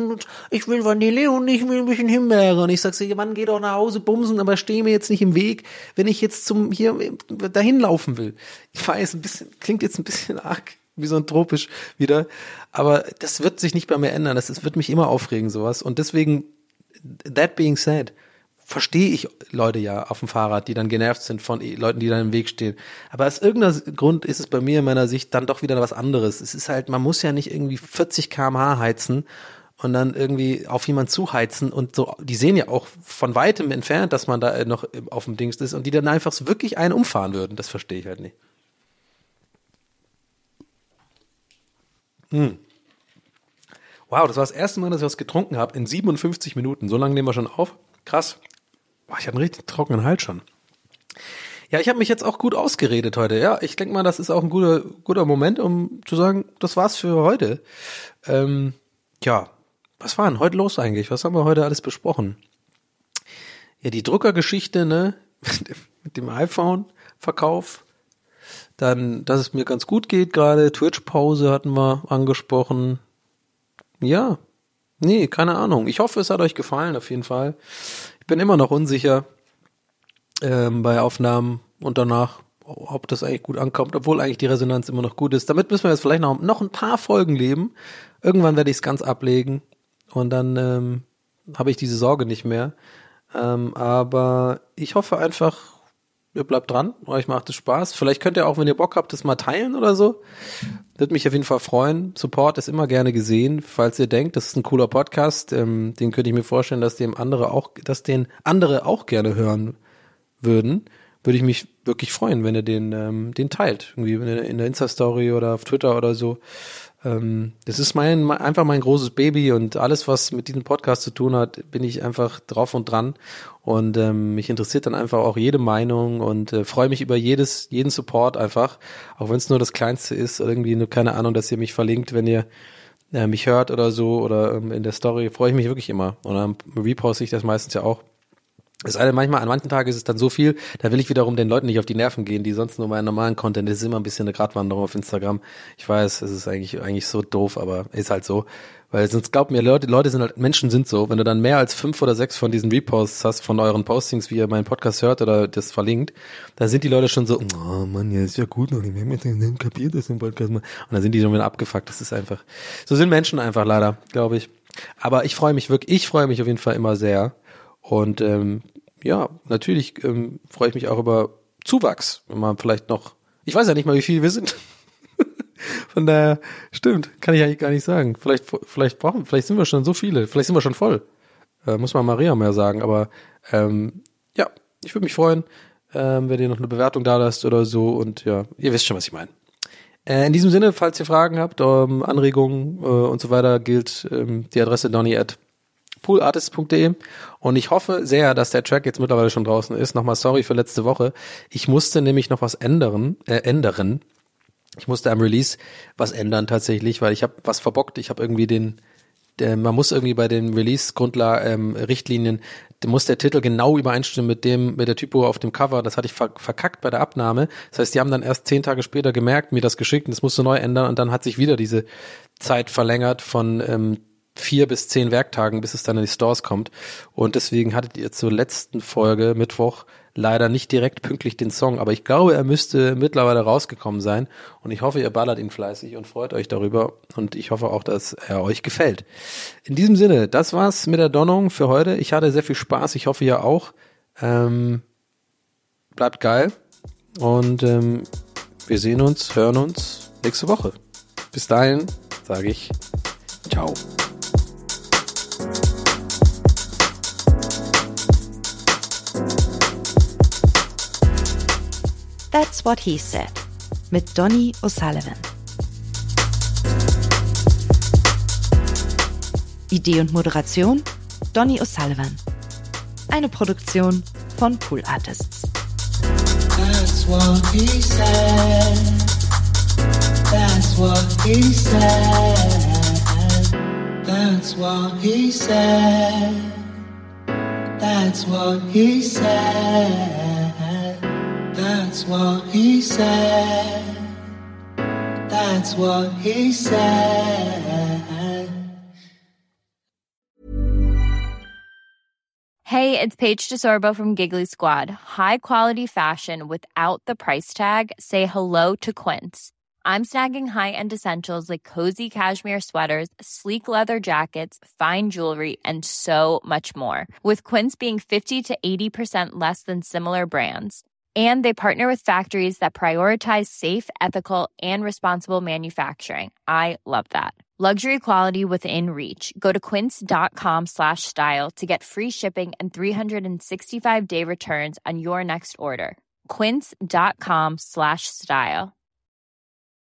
ich will Vanille und ich will ein bisschen Himbeere. Und ich sag so, Mann, geh doch nach Hause bumsen, aber steh mir jetzt nicht im Weg, wenn ich jetzt zum, hier, dahin laufen will. Ich weiß, ein bisschen, klingt jetzt ein bisschen arg misanthropisch wieder, aber das wird sich nicht bei mir ändern. Das, das wird mich immer aufregen, sowas. Und deswegen, that being said, verstehe ich Leute ja auf dem Fahrrad, die dann genervt sind von Leuten, die dann im Weg stehen. Aber aus irgendeinem Grund ist es bei mir in meiner Sicht dann doch wieder was anderes. Es ist halt, man muss ja nicht irgendwie vierzig Kilometer pro Stunde heizen und dann irgendwie auf jemanden zuheizen und so. Die sehen ja auch von weitem entfernt, dass man da noch auf dem Dings ist und die dann einfach so wirklich einen umfahren würden. Das verstehe ich halt nicht. Hm. Wow, das war das erste Mal, dass ich was getrunken habe in siebenundfünfzig Minuten. So lange nehmen wir schon auf. Krass. Boah, ich habe einen richtig trockenen Hals schon. Ja, ich habe mich jetzt auch gut ausgeredet heute. Ja, ich denke mal, das ist auch ein guter guter Moment, um zu sagen, das war's für heute. Ähm, tja, was war denn heute los eigentlich? Was haben wir heute alles besprochen? Ja, die Druckergeschichte, ne, mit dem iPhone-Verkauf. Dann, dass es mir ganz gut geht gerade. Twitch-Pause hatten wir angesprochen. Ja, nee, keine Ahnung. Ich hoffe, es hat euch gefallen, auf jeden Fall. Ich bin immer noch unsicher ähm, bei Aufnahmen und danach, ob das eigentlich gut ankommt, obwohl eigentlich die Resonanz immer noch gut ist. Damit müssen wir jetzt vielleicht noch, noch ein paar Folgen leben. Irgendwann werde ich es ganz ablegen und dann ähm, habe ich diese Sorge nicht mehr. Ähm, aber ich hoffe einfach, Ihr bleibt dran, euch macht es Spaß. Vielleicht könnt ihr auch, wenn ihr Bock habt, das mal teilen oder so. Würde mich auf jeden Fall freuen. Support ist immer gerne gesehen. Falls ihr denkt, das ist ein cooler Podcast, ähm, den könnte ich mir vorstellen, dass dem andere auch, dass den andere auch gerne hören würden, würde ich mich wirklich freuen, wenn ihr den, ähm, den teilt. Irgendwie in der Insta-Story oder auf Twitter oder so. Ähm, das ist mein, einfach mein großes Baby und alles, was mit diesem Podcast zu tun hat, bin ich einfach drauf und dran. Und ähm, mich interessiert dann einfach auch jede Meinung und äh, freue mich über jedes, jeden Support einfach, auch wenn es nur das Kleinste ist, irgendwie nur keine Ahnung, dass ihr mich verlinkt, wenn ihr äh, mich hört oder so oder ähm, in der Story, freue ich mich wirklich immer. Und dann reposte ich das meistens ja auch. Das eine, manchmal, an manchen Tagen ist es dann so viel, da will ich wiederum den Leuten nicht auf die Nerven gehen, die sonst nur meinen normalen Content, das ist immer ein bisschen eine Gratwanderung auf Instagram. Ich weiß, es ist eigentlich, eigentlich so doof, aber ist halt so. Weil sonst glaubt mir, Leute, Leute sind halt, Menschen sind so, wenn du dann mehr als fünf oder sechs von diesen Reposts hast, von euren Postings, wie ihr meinen Podcast hört oder das verlinkt, dann sind die Leute schon so, oh Mann, ja, ist ja gut, noch nicht mehr mit dem kapiert, das im Podcast mal. Und dann sind die schon wieder abgefuckt, das ist einfach, so sind Menschen einfach leider, glaube ich. Aber ich freue mich wirklich, ich freue mich auf jeden Fall immer sehr. Und ähm, ja, natürlich ähm, freue ich mich auch über Zuwachs, wenn man vielleicht noch, ich weiß ja nicht mal, wie viel wir sind. Von daher, stimmt, kann ich eigentlich gar nicht sagen. Vielleicht, vielleicht brauchen, vielleicht sind wir schon so viele, vielleicht sind wir schon voll. Äh, muss man Maria mehr sagen, aber ähm, ja, ich würde mich freuen, ähm, wenn ihr noch eine Bewertung da lasst oder so und ja, ihr wisst schon, was ich meine. Äh, in diesem Sinne, falls ihr Fragen habt, ähm, Anregungen äh, und so weiter, gilt ähm, die Adresse donny at poolartists punkt de und ich hoffe sehr, dass der Track jetzt mittlerweile schon draußen ist. Nochmal sorry für letzte Woche. Ich musste nämlich noch was ändern, äh, ändern. Ich musste am Release was ändern tatsächlich, weil ich habe was verbockt. Ich habe irgendwie den, der, man muss irgendwie bei den Release-Grundlagen, ähm, Richtlinien, muss der Titel genau übereinstimmen mit dem, mit der Typo auf dem Cover. Das hatte ich ver- verkackt bei der Abnahme. Das heißt, die haben dann erst zehn Tage später gemerkt, mir das geschickt und das musste neu ändern und dann hat sich wieder diese Zeit verlängert von ähm, vier bis zehn Werktagen, bis es dann in die Stores kommt. Und deswegen hattet ihr zur letzten Folge, Mittwoch, leider nicht direkt pünktlich den Song. Aber ich glaube, er müsste mittlerweile rausgekommen sein. Und ich hoffe, ihr ballert ihn fleißig und freut euch darüber. Und ich hoffe auch, dass er euch gefällt. In diesem Sinne, das war's mit der Donnung für heute. Ich hatte sehr viel Spaß. Ich hoffe, ihr auch. Ähm, bleibt geil. Und ähm, wir sehen uns, hören uns nächste Woche. Bis dahin sage ich ciao. That's What He Said mit Donny O'Sullivan. Idee und Moderation Donny O'Sullivan. Eine Produktion von Pool Artists. That's what he said. That's what he said. That's what he said. That's what he said. That's what he said. That's what he said. Hey, it's Paige DeSorbo from Giggly Squad. High quality fashion without the price tag. Say hello to Quince. I'm snagging high-end essentials like cozy cashmere sweaters, sleek leather jackets, fine jewelry, and so much more. With Quince being fifty to eighty percent less than similar brands. And they partner with factories that prioritize safe, ethical, and responsible manufacturing. I love that. Luxury quality within reach. Go to quince.com slash style to get free shipping and three sixty-five day returns on your next order. Quince.com slash style.